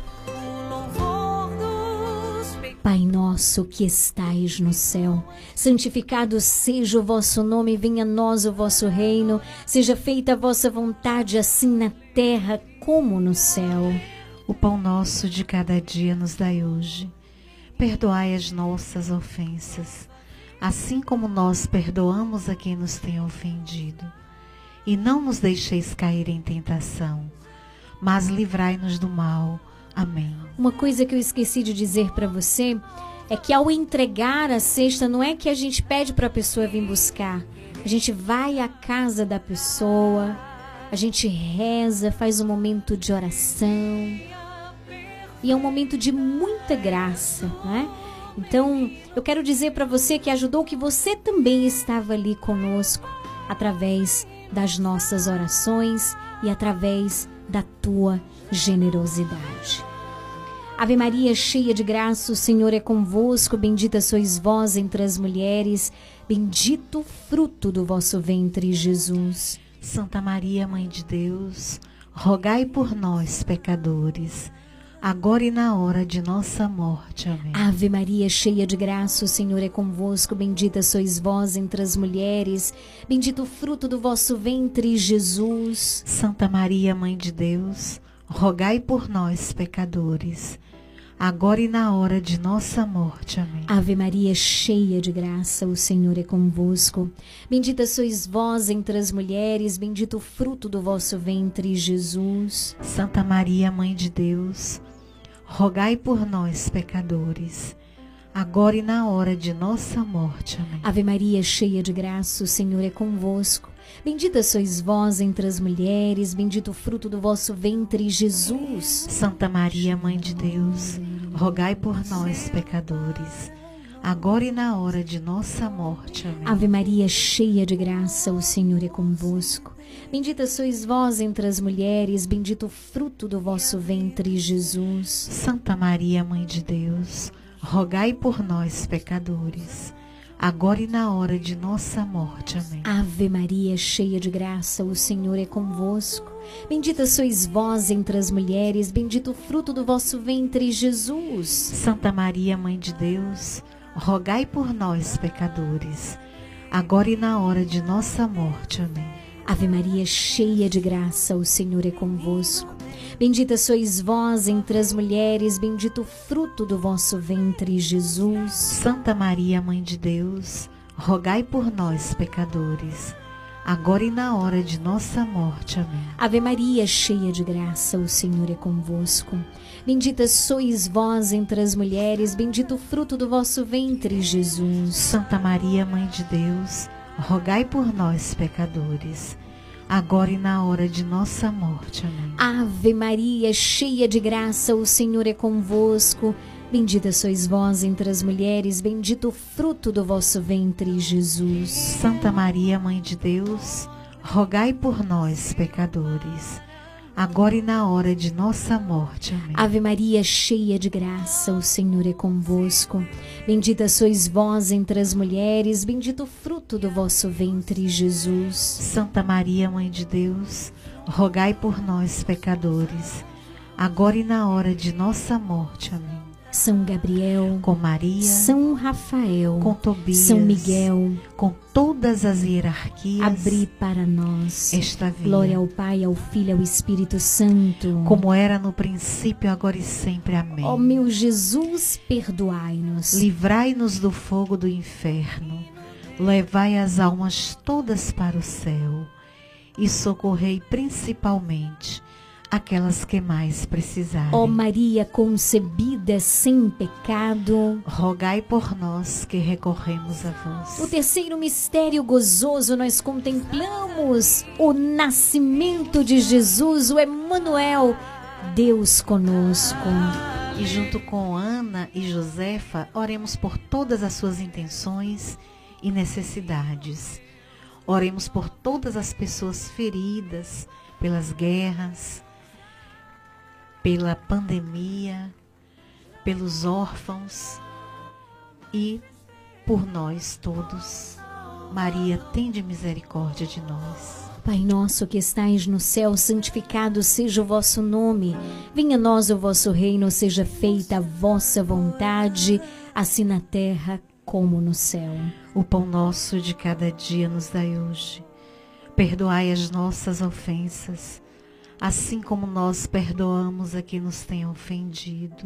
Pai nosso que estais no céu, santificado seja o vosso nome, venha a nós o vosso reino, seja feita a vossa vontade, assim na terra como no céu. O pão nosso de cada dia nos dai hoje. Perdoai as nossas ofensas, assim como nós perdoamos a quem nos tem ofendido. E não nos deixeis cair em tentação, mas livrai-nos do mal. Amém. Uma coisa que eu esqueci de dizer para você é que ao entregar a cesta, não é que a gente pede para a pessoa vir buscar. A gente vai à casa da pessoa, a gente reza, faz um momento de oração. E é um momento de muita graça, né? Então, eu quero dizer para você que ajudou, que você também estava ali conosco através das nossas orações e através da tua generosidade. Ave Maria, cheia de graça, o Senhor é convosco, bendita sois vós entre as mulheres, bendito o fruto do vosso ventre, Jesus. Santa Maria, Mãe de Deus, rogai por nós, pecadores, agora e na hora de nossa morte. Amém. Ave Maria, cheia de graça, o Senhor é convosco, bendita sois vós entre as mulheres, bendito o fruto do vosso ventre, Jesus. Santa Maria, Mãe de Deus, rogai por nós, pecadores, agora e na hora de nossa morte. Amém. Ave Maria, cheia de graça, o Senhor é convosco. Bendita sois vós entre as mulheres, bendito o fruto do vosso ventre, Jesus. Santa Maria, Mãe de Deus, rogai por nós, pecadores, agora e na hora de nossa morte. Amém. Ave Maria, cheia de graça, o Senhor é convosco. Bendita sois vós entre as mulheres, bendito o fruto do vosso ventre, Jesus. Santa Maria, Mãe de Deus, rogai por nós, pecadores, agora e na hora de nossa morte. Amém. Ave Maria, cheia de graça, o Senhor é convosco. Bendita sois vós entre as mulheres, bendito o fruto do vosso ventre, Jesus. Santa Maria, Mãe de Deus, rogai por nós, pecadores, agora e na hora de nossa morte. Amém. Ave Maria, cheia de graça, o Senhor é convosco. Bendita sois vós entre as mulheres, bendito o fruto do vosso ventre, Jesus. Santa Maria, Mãe de Deus, rogai por nós, pecadores, agora e na hora de nossa morte. Amém. Ave Maria, cheia de graça, o Senhor é convosco. Bendita sois vós entre as mulheres, bendito o fruto do vosso ventre, Jesus. Santa Maria, Mãe de Deus, rogai por nós, pecadores, agora e na hora de nossa morte. Amém. Ave Maria, cheia de graça, o Senhor é convosco. Bendita sois vós entre as mulheres, bendito o fruto do vosso ventre, Jesus. Santa Maria, Mãe de Deus, rogai por nós, pecadores, agora e na hora de nossa morte. Amém. Ave Maria, cheia de graça, o Senhor é convosco. Bendita sois vós entre as mulheres, bendito o fruto do vosso ventre, Jesus. Santa Maria, Mãe de Deus, rogai por nós, pecadores, agora e na hora de nossa morte. Amém. Ave Maria, cheia de graça, o Senhor é convosco. Bendita sois vós entre as mulheres, bendito o fruto do vosso ventre, Jesus. Santa Maria, Mãe de Deus, rogai por nós, pecadores, agora e na hora de nossa morte. Amém. São Gabriel, com Maria, São Rafael, com Tobias, São Miguel, com todas as hierarquias, abri para nós esta via. Glória ao Pai, ao Filho e ao Espírito Santo, como era no princípio, agora e sempre. Amém. Ó meu Jesus, perdoai-nos, livrai-nos do fogo do inferno, levai as almas todas para o céu e socorrei principalmente aquelas que mais precisarem. Ó Maria concebida sem pecado, rogai por nós que recorremos a vós. O terceiro mistério gozoso, nós contemplamos o nascimento de Jesus, o Emanuel, Deus conosco. E junto com Ana e Josefa, oremos por todas as suas intenções e necessidades. Oremos por todas as pessoas feridas pelas guerras, pela pandemia, pelos órfãos e por nós todos. Maria, tende misericórdia de nós. Pai nosso que estais no céu, santificado seja o vosso nome. Venha a nós o vosso reino, seja feita a vossa vontade, assim na terra como no céu. O pão nosso de cada dia nos dai hoje. Perdoai as nossas ofensas, assim como nós perdoamos a quem nos tem ofendido.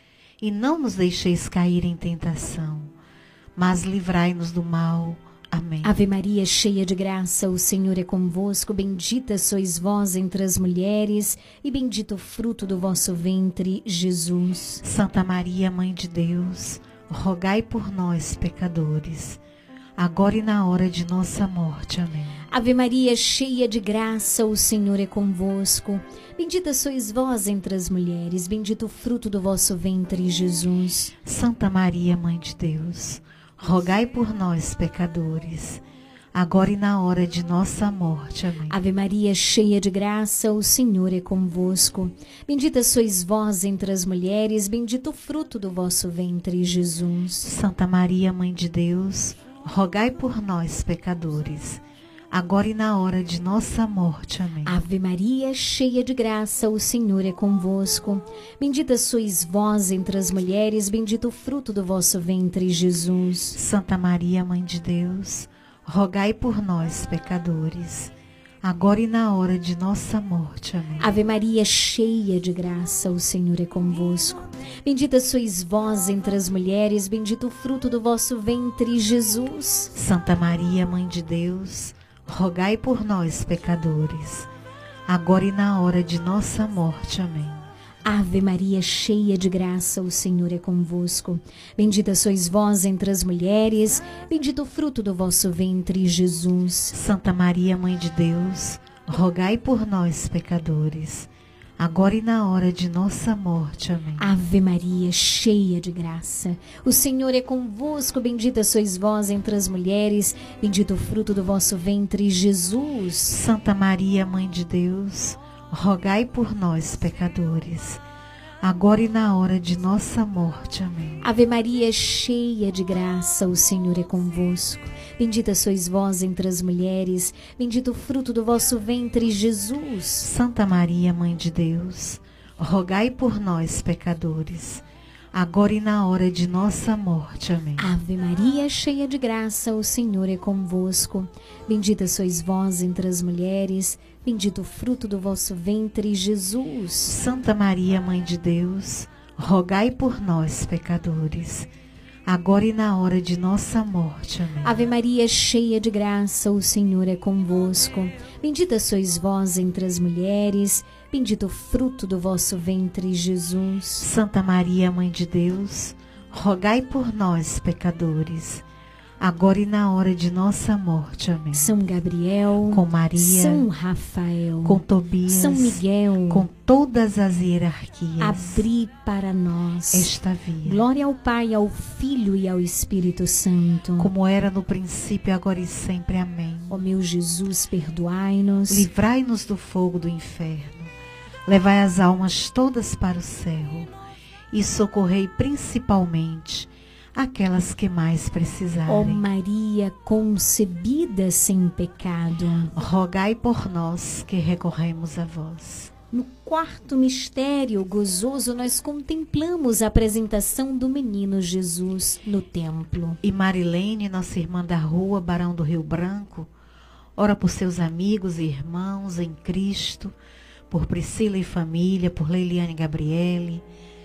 E não nos deixeis cair em tentação, mas livrai-nos do mal. Amém. Ave Maria, cheia de graça, o Senhor é convosco. Bendita sois vós entre as mulheres, e bendito o fruto do vosso ventre, Jesus. Santa Maria, Mãe de Deus, rogai por nós, pecadores, agora e na hora de nossa morte. Amém. Ave Maria, cheia de graça, o Senhor é convosco. Bendita sois vós entre as mulheres, bendito o fruto do vosso ventre, Jesus. Santa Maria, Mãe de Deus, rogai por nós, pecadores, agora e na hora de nossa morte. Amém. Ave Maria, cheia de graça, o Senhor é convosco. Bendita sois vós entre as mulheres, bendito o fruto do vosso ventre, Jesus. Santa Maria, Mãe de Deus, rogai por nós, pecadores, agora e na hora de nossa morte. Amém. Ave Maria, cheia de graça, o Senhor é convosco. Bendita sois vós entre as mulheres, bendito o fruto do vosso ventre, Jesus. Santa Maria, Mãe de Deus, rogai por nós, pecadores, agora e na hora de nossa morte. Amém. Ave Maria, cheia de graça, o Senhor é convosco. Bendita sois vós entre as mulheres, bendito o fruto do vosso ventre, Jesus. Santa Maria, Mãe de Deus, rogai por nós, pecadores, agora e na hora de nossa morte. Amém. Ave Maria, cheia de graça, o Senhor é convosco. Bendita sois vós entre as mulheres, bendito o fruto do vosso ventre, Jesus. Santa Maria, Mãe de Deus, rogai por nós, pecadores, agora e na hora de nossa morte. Amém. Ave Maria, cheia de graça, o Senhor é convosco. Bendita sois vós entre as mulheres, bendito o fruto do vosso ventre, Jesus. Santa Maria, Mãe de Deus, rogai por nós, pecadores, agora e na hora de nossa morte. Amém. Ave Maria, cheia de graça, o Senhor é convosco. Bendita sois vós entre as mulheres, bendito o fruto do vosso ventre, Jesus. Santa Maria, Mãe de Deus, rogai por nós, pecadores, agora e na hora de nossa morte. Amém. Ave Maria, cheia de graça, o Senhor é convosco. Bendita sois vós entre as mulheres, bendito o fruto do vosso ventre, Jesus. Santa Maria, Mãe de Deus, rogai por nós, pecadores, agora e na hora de nossa morte. Amém. Ave Maria, cheia de graça, o Senhor é convosco. Bendita sois vós entre as mulheres, bendito o fruto do vosso ventre, Jesus. Santa Maria, Mãe de Deus, rogai por nós, pecadores, agora e na hora de nossa morte. Amém. São Gabriel, com Maria, São Rafael, com Tobias, São Miguel, com todas as hierarquias, abri para nós esta via. Glória ao Pai, ao Filho e ao Espírito Santo, como era no princípio, agora e sempre. Amém. Ó meu Jesus, perdoai-nos, livrai-nos do fogo do inferno, levai as almas todas para o céu e socorrei principalmente aquelas que mais precisarem. Ó Maria concebida sem pecado, rogai por nós que recorremos a vós. No quarto mistério gozoso, nós contemplamos a apresentação do menino Jesus no templo. E Marilene, nossa irmã da rua, Barão do Rio Branco, ora por seus amigos e irmãos em Cristo, por Priscila e família, por Leiliane Gabriele,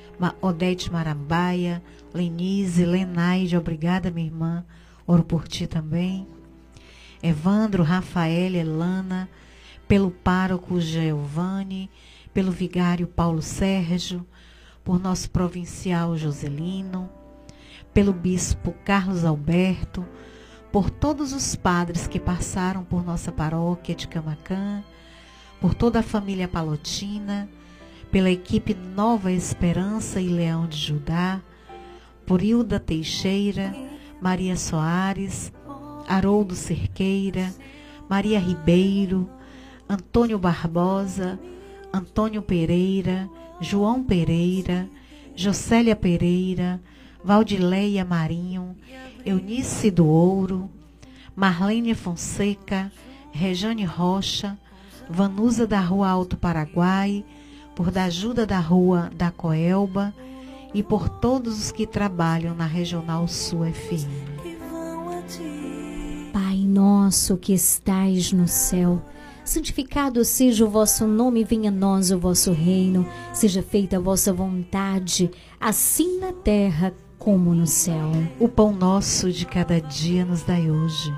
Odete Marambaia, Lenise, Lenaide, obrigada, minha irmã, oro por ti também. Evandro, Rafael, Elana, pelo pároco Giovanni, pelo vigário Paulo Sérgio, por nosso provincial Joselino, pelo bispo Carlos Alberto, por todos os padres que passaram por nossa paróquia de Camaquã, por toda a família Palotina, pela equipe Nova Esperança e Leão de Judá, por Hilda Teixeira, Maria Soares, Haroldo Cerqueira, Maria Ribeiro, Antônio Barbosa, Antônio Pereira, João Pereira, Jocélia Pereira, Valdileia Marinho, Eunice do Ouro, Marlene Fonseca, Rejane Rocha, Vanusa da Rua Alto Paraguai, por da ajuda da Rua da Coelba e por todos os que trabalham na Regional Sul F M. Pai nosso que estais no céu, santificado seja o vosso nome, venha a nós o vosso reino, seja feita a vossa vontade, assim na terra como no céu. O pão nosso de cada dia nos dai hoje.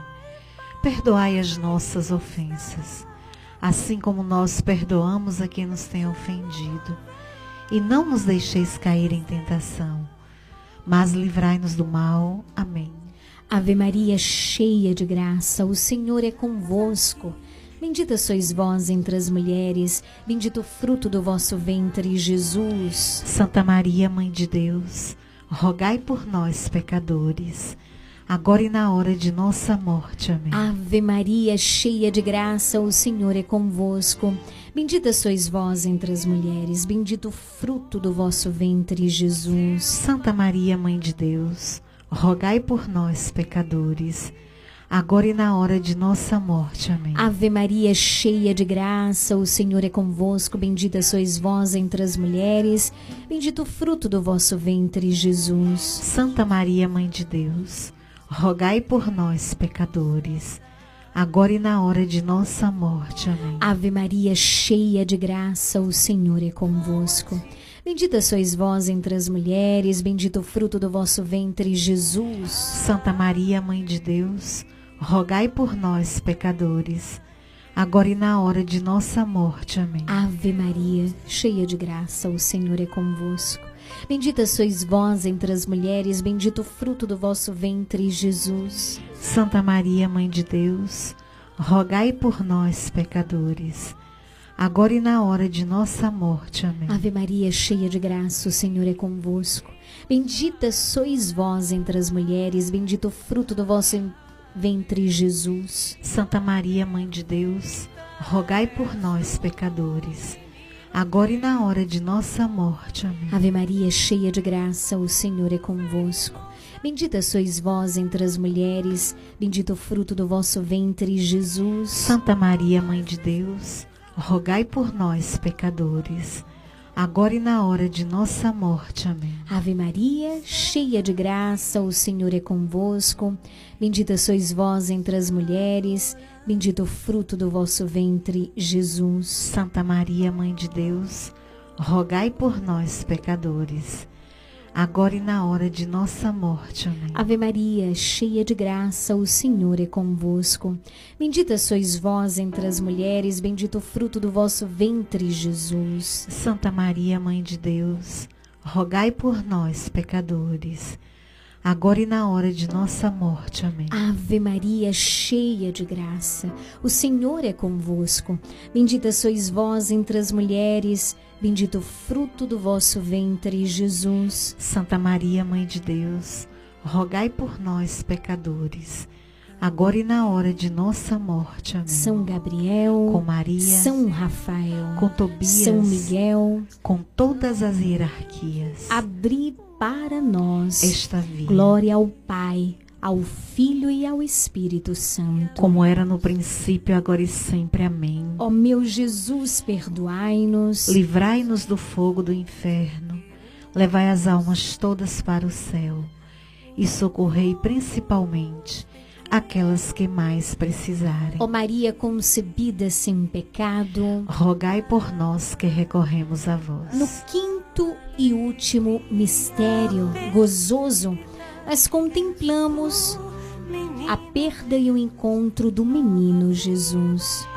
Perdoai as nossas ofensas, assim como nós perdoamos a quem nos tem ofendido. E não nos deixeis cair em tentação, mas livrai-nos do mal. Amém. Ave Maria, cheia de graça, o Senhor é convosco. Bendita sois vós entre as mulheres, bendito o fruto do vosso ventre, Jesus. Santa Maria, Mãe de Deus, rogai por nós, pecadores, agora e na hora de nossa morte. Amém. Ave Maria, cheia de graça, o Senhor é convosco. Bendita sois vós entre as mulheres, bendito o fruto do vosso ventre, Jesus. Santa Maria, Mãe de Deus, rogai por nós, pecadores, agora e na hora de nossa morte. Amém. Ave Maria, cheia de graça, o Senhor é convosco. Bendita sois vós entre as mulheres, bendito o fruto do vosso ventre, Jesus. Santa Maria, Mãe de Deus, rogai por nós, pecadores, agora e na hora de nossa morte. Amém. Ave Maria, cheia de graça, o Senhor é convosco. Bendita sois vós entre as mulheres, bendito o fruto do vosso ventre, Jesus. Santa Maria, Mãe de Deus, rogai por nós, pecadores, agora e na hora de nossa morte. Amém. Ave Maria, cheia de graça, o Senhor é convosco. Bendita sois vós entre as mulheres, bendito o fruto do vosso ventre, Jesus. Santa Maria, Mãe de Deus, rogai por nós, pecadores, agora e na hora de nossa morte. Amém. Ave Maria, cheia de graça, o Senhor é convosco. Bendita sois vós entre as mulheres, bendito o fruto do vosso ventre, Jesus. Santa Maria, Mãe de Deus, rogai por nós, pecadores, agora e na hora de nossa morte. Amém. Ave Maria, cheia de graça, o Senhor é convosco. Bendita sois vós entre as mulheres, bendito o fruto do vosso ventre, Jesus. Santa Maria, Mãe de Deus, rogai por nós, pecadores, agora e na hora de nossa morte. Amém. Ave Maria, cheia de graça, o Senhor é convosco. Bendita sois vós entre as mulheres, bendito o fruto do vosso ventre, Jesus. Santa Maria, Mãe de Deus, rogai por nós, pecadores, agora e na hora de nossa morte. Amém. Ave Maria, cheia de graça, o Senhor é convosco. Bendita sois vós entre as mulheres, bendito o fruto do vosso ventre, Jesus. Santa Maria, Mãe de Deus, rogai por nós, pecadores, agora e na hora de nossa morte. Amém. Ave Maria, cheia de graça, o Senhor é convosco. Bendita sois vós entre as mulheres, bendito o fruto do vosso ventre, Jesus. Santa Maria, Mãe de Deus, rogai por nós, pecadores, agora e na hora de nossa morte. Amém. São Gabriel, com Maria, São Rafael, com Tobias, São Miguel, com todas as hierarquias, abri para nós esta via. Glória ao Pai, ao Filho e ao Espírito Santo, como era no princípio, agora e sempre. Amém. Ó meu Jesus, perdoai-nos, livrai-nos do fogo do inferno, levai as almas todas para o céu e socorrei principalmente aquelas que mais precisarem. Ó Maria concebida sem pecado, rogai por nós que recorremos a vós. No quinto e último mistério gozoso, nós contemplamos a perda e o encontro do menino Jesus.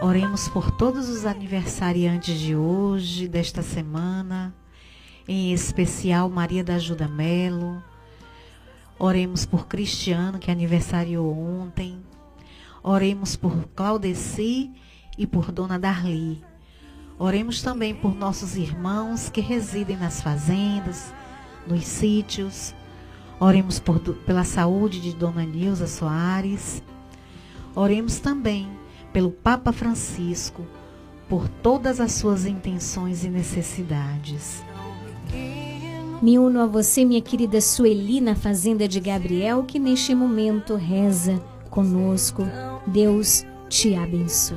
Oremos por todos os aniversariantes de hoje, desta semana, em especial Maria da Ajuda Melo. Oremos por Cristiano, que aniversariou ontem. Oremos por Claudeci e por Dona Darli. Oremos também por nossos irmãos que residem nas fazendas, nos sítios. Oremos por, pela saúde de Dona Nilza Soares. Oremos também pelo Papa Francisco, por todas as suas intenções e necessidades. Me uno a você, minha querida Sueli, na Fazenda de Gabriel, que neste momento reza conosco. Deus te abençoe.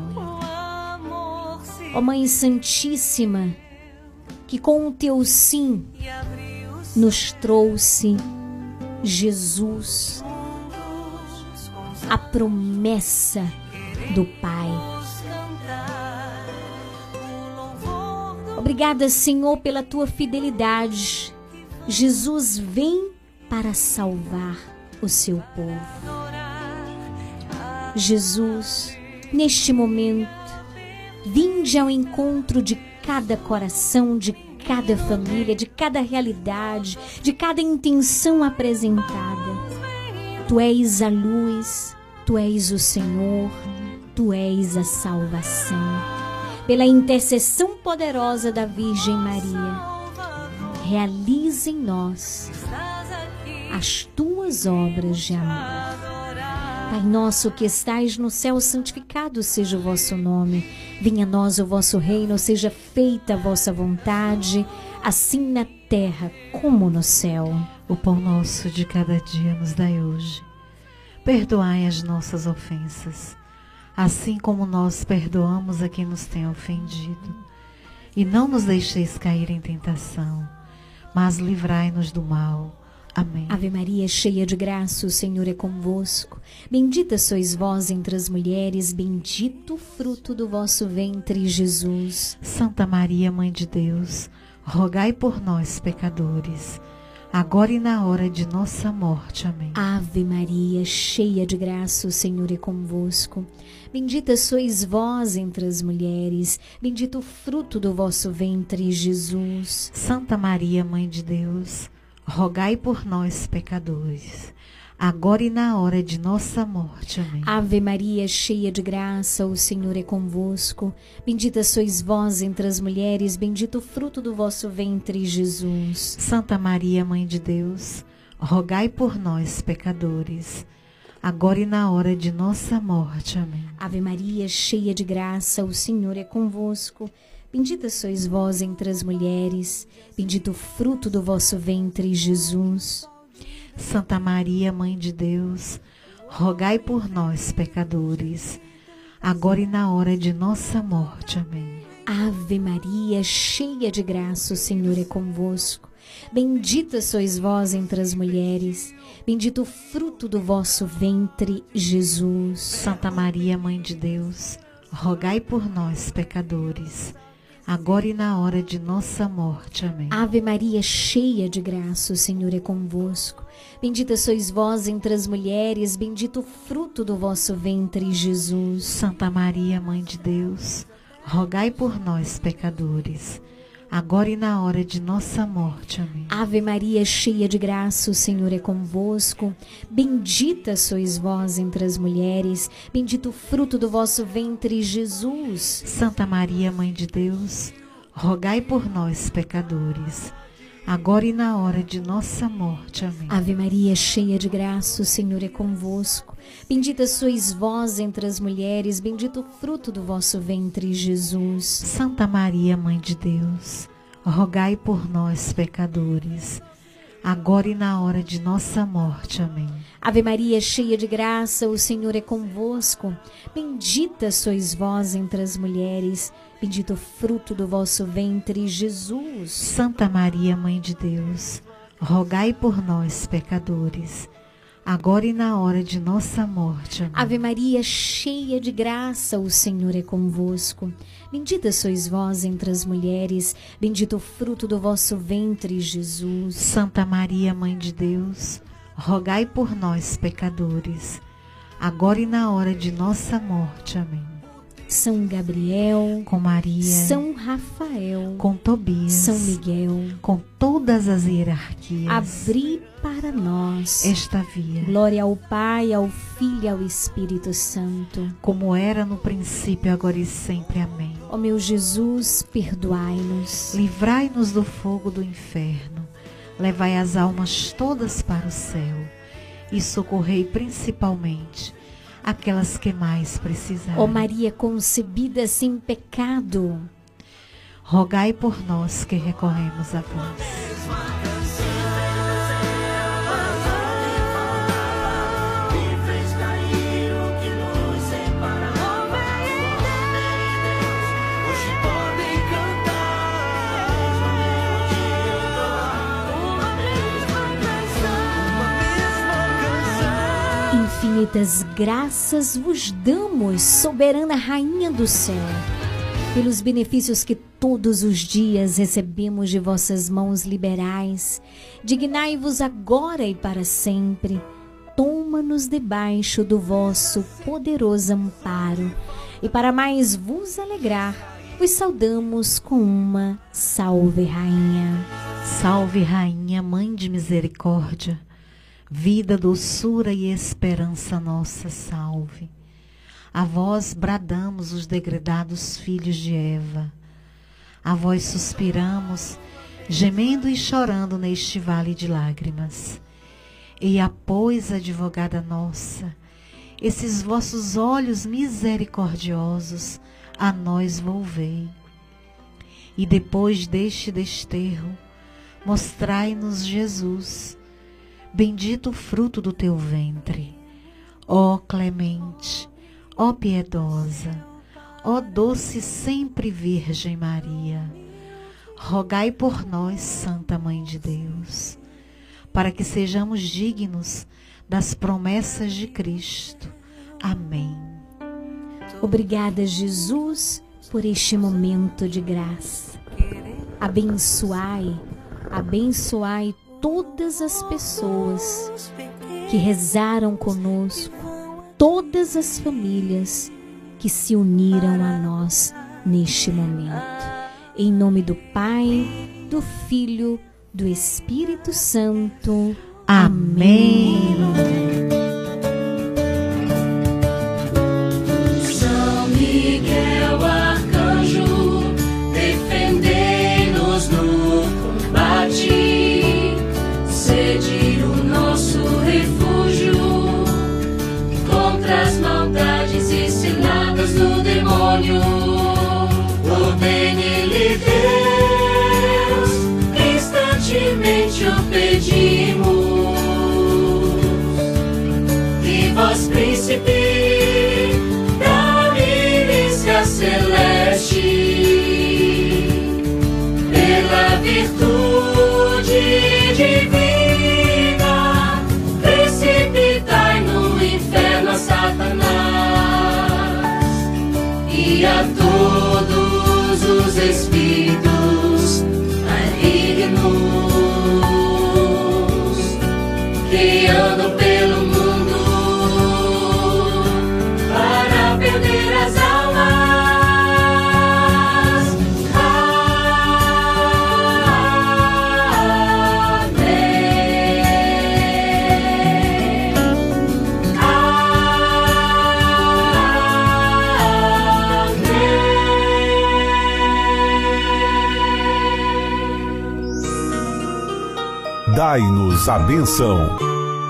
Ó Mãe Santíssima, que com o teu sim nos trouxe Jesus, a promessa do Pai. Obrigada, Senhor, pela tua fidelidade. Jesus vem para salvar o seu povo. Jesus, neste momento, vinde ao encontro de cada coração, de cada família, de cada realidade, de cada intenção apresentada. Tu és a luz, tu és o Senhor, tu és a salvação. Pela intercessão poderosa da Virgem Maria, realiza em nós as tuas obras de amor. Pai nosso que estais no céu, santificado seja o vosso nome. Venha a nós o vosso reino, seja feita a vossa vontade, assim na terra como no céu. O pão nosso de cada dia nos dai hoje. Perdoai as nossas ofensas, assim como nós perdoamos a quem nos tem ofendido. E não nos deixeis cair em tentação, mas livrai-nos do mal. Amém. Ave Maria, cheia de graça, o Senhor é convosco. Bendita sois vós entre as mulheres, bendito o fruto do vosso ventre, Jesus. Santa Maria, Mãe de Deus, rogai por nós, pecadores, agora e na hora de nossa morte. Amém. Ave Maria, cheia de graça, o Senhor é convosco. Bendita sois vós entre as mulheres, bendito o fruto do vosso ventre, Jesus. Santa Maria, Mãe de Deus, rogai por nós, pecadores, agora e na hora de nossa morte. Amém. Ave Maria, cheia de graça, o Senhor é convosco. Bendita sois vós entre as mulheres, bendito o fruto do vosso ventre, Jesus. Santa Maria, Mãe de Deus, rogai por nós, pecadores, agora e na hora de nossa morte. Amém. Ave Maria, cheia de graça, o Senhor é convosco. Bendita sois vós entre as mulheres, bendito o fruto do vosso ventre, Jesus. Santa Maria, Mãe de Deus, rogai por nós, pecadores, agora e na hora de nossa morte. Amém. Ave Maria, cheia de graça, o Senhor é convosco. Bendita sois vós entre as mulheres, bendito o fruto do vosso ventre, Jesus. Santa Maria, Mãe de Deus, rogai por nós, pecadores, agora e na hora de nossa morte. Amém. Ave Maria, cheia de graça, o Senhor é convosco. Bendita sois vós entre as mulheres, bendito o fruto do vosso ventre, Jesus. Santa Maria, Mãe de Deus, rogai por nós, pecadores, agora e na hora de nossa morte. Amém. Ave Maria, cheia de graça, o Senhor é convosco. Bendita sois vós entre as mulheres, bendito o fruto do vosso ventre, Jesus. Santa Maria, Mãe de Deus, rogai por nós, pecadores, agora e na hora de nossa morte. Amém. Ave Maria, cheia de graça, o Senhor é convosco. Bendita sois vós entre as mulheres, bendito o fruto do vosso ventre, Jesus. Santa Maria, Mãe de Deus, rogai por nós, pecadores, agora e na hora de nossa morte. Amém. Ave Maria, cheia de graça, o Senhor é convosco. Bendita sois vós entre as mulheres, bendito o fruto do vosso ventre, Jesus. Santa Maria, Mãe de Deus, rogai por nós, pecadores, agora e na hora de nossa morte. Amém. Ave Maria, cheia de graça, o Senhor é convosco. Bendita sois vós entre as mulheres, bendito o fruto do vosso ventre, Jesus. Santa Maria, Mãe de Deus, rogai por nós, pecadores, agora e na hora de nossa morte. Amém. São Gabriel, com Maria, São Rafael, com Tobias, São Miguel, com todas as hierarquias. Abri para nós esta via. Glória ao Pai, ao Filho e ao Espírito Santo, como era no princípio, agora e sempre. Amém. Ó meu Jesus, perdoai-nos, livrai-nos do fogo do inferno, levai as almas todas para o céu e socorrei principalmente aquelas que mais precisarem. Ó Maria concebida sem pecado, rogai por nós que recorremos a vós. Infinitas graças vos damos, soberana Rainha do céu, pelos benefícios que todos os dias recebemos de vossas mãos liberais. Dignai-vos agora e para sempre. Toma-nos debaixo do vosso poderoso amparo, e para mais vos alegrar, vos saudamos com uma salve, Rainha. Salve, Rainha, Mãe de misericórdia, vida, doçura e esperança nossa, salve. A vós bradamos os degredados filhos de Eva. A vós suspiramos, gemendo e chorando neste vale de lágrimas. E a pois, advogada nossa, esses vossos olhos misericordiosos a nós volvei. E depois deste desterro, mostrai-nos Jesus, bendito o fruto do teu ventre. Ó clemente, ó piedosa, ó doce sempre Virgem Maria, rogai por nós, Santa Mãe de Deus, para que sejamos dignos das promessas de Cristo. Amém. Obrigada, Jesus, por este momento de graça. Abençoai, abençoai todas as pessoas que rezaram conosco, todas as famílias que se uniram a nós neste momento. Em nome do Pai, do Filho, do Espírito Santo. Amém. São Miguel, arcanjo, defendei-nos no combate. Sede o nosso refúgio contra as maldades e ciladas do demônio. Ordene-lhe Deus, instantemente o pedimos. E vós, príncipe da milícia celeste, pela virtude divina, precipitai no inferno a Satanás e a todos os espíritos malignos que andam pelo mundo para perder as almas. Dai-nos a bênção.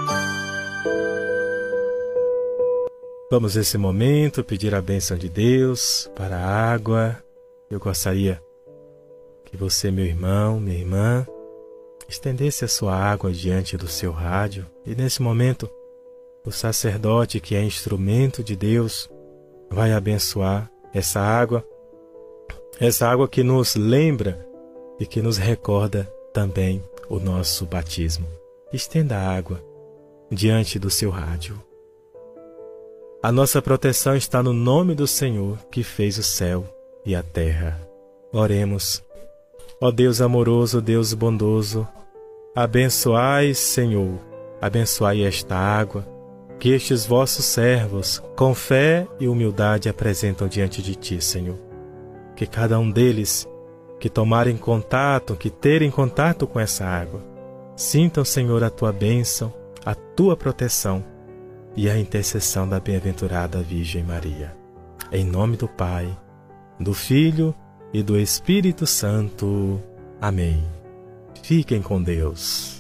Vamos nesse momento pedir a bênção de Deus para a água. Eu gostaria que você, meu irmão, minha irmã, estendesse a sua água diante do seu rádio. E nesse momento, o sacerdote, que é instrumento de Deus, vai abençoar essa água, essa água que nos lembra e que nos recorda também o nosso batismo. Estenda a água diante do seu rádio. A nossa proteção está no nome do Senhor, que fez o céu e a terra. Oremos. Ó Deus amoroso, Deus bondoso, abençoai, Senhor, abençoai esta água, que estes vossos servos, com fé e humildade, apresentam diante de Ti, Senhor. Que cada um deles que tomarem contato, que terem contato com essa água, sintam, Senhor, a Tua bênção, a Tua proteção e a intercessão da bem-aventurada Virgem Maria. Em nome do Pai, do Filho e do Espírito Santo. Amém. Fiquem com Deus.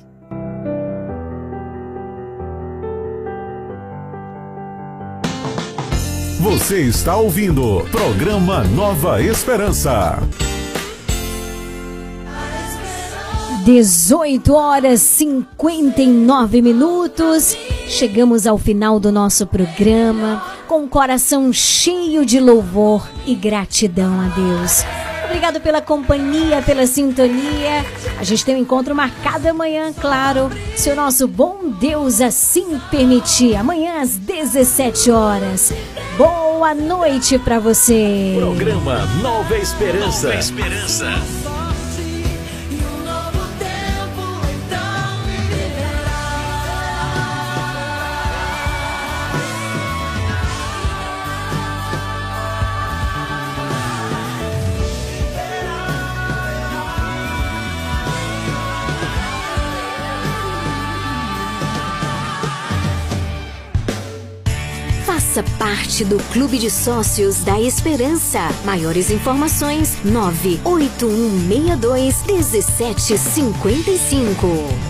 Você está ouvindo o programa Nova Esperança. dezoito horas e cinquenta e nove minutos. Chegamos ao final do nosso programa com o coração cheio de louvor e gratidão a Deus. Obrigado pela companhia, pela sintonia. A gente tem um encontro marcado amanhã, claro, se o nosso bom Deus assim permitir. Amanhã às dezessete horas. Boa noite para você. Programa Nova Esperança. Nova Esperança. Faça parte do Clube de Sócios da Esperança. Maiores informações nove oito um seis dois um sete cinco cinco.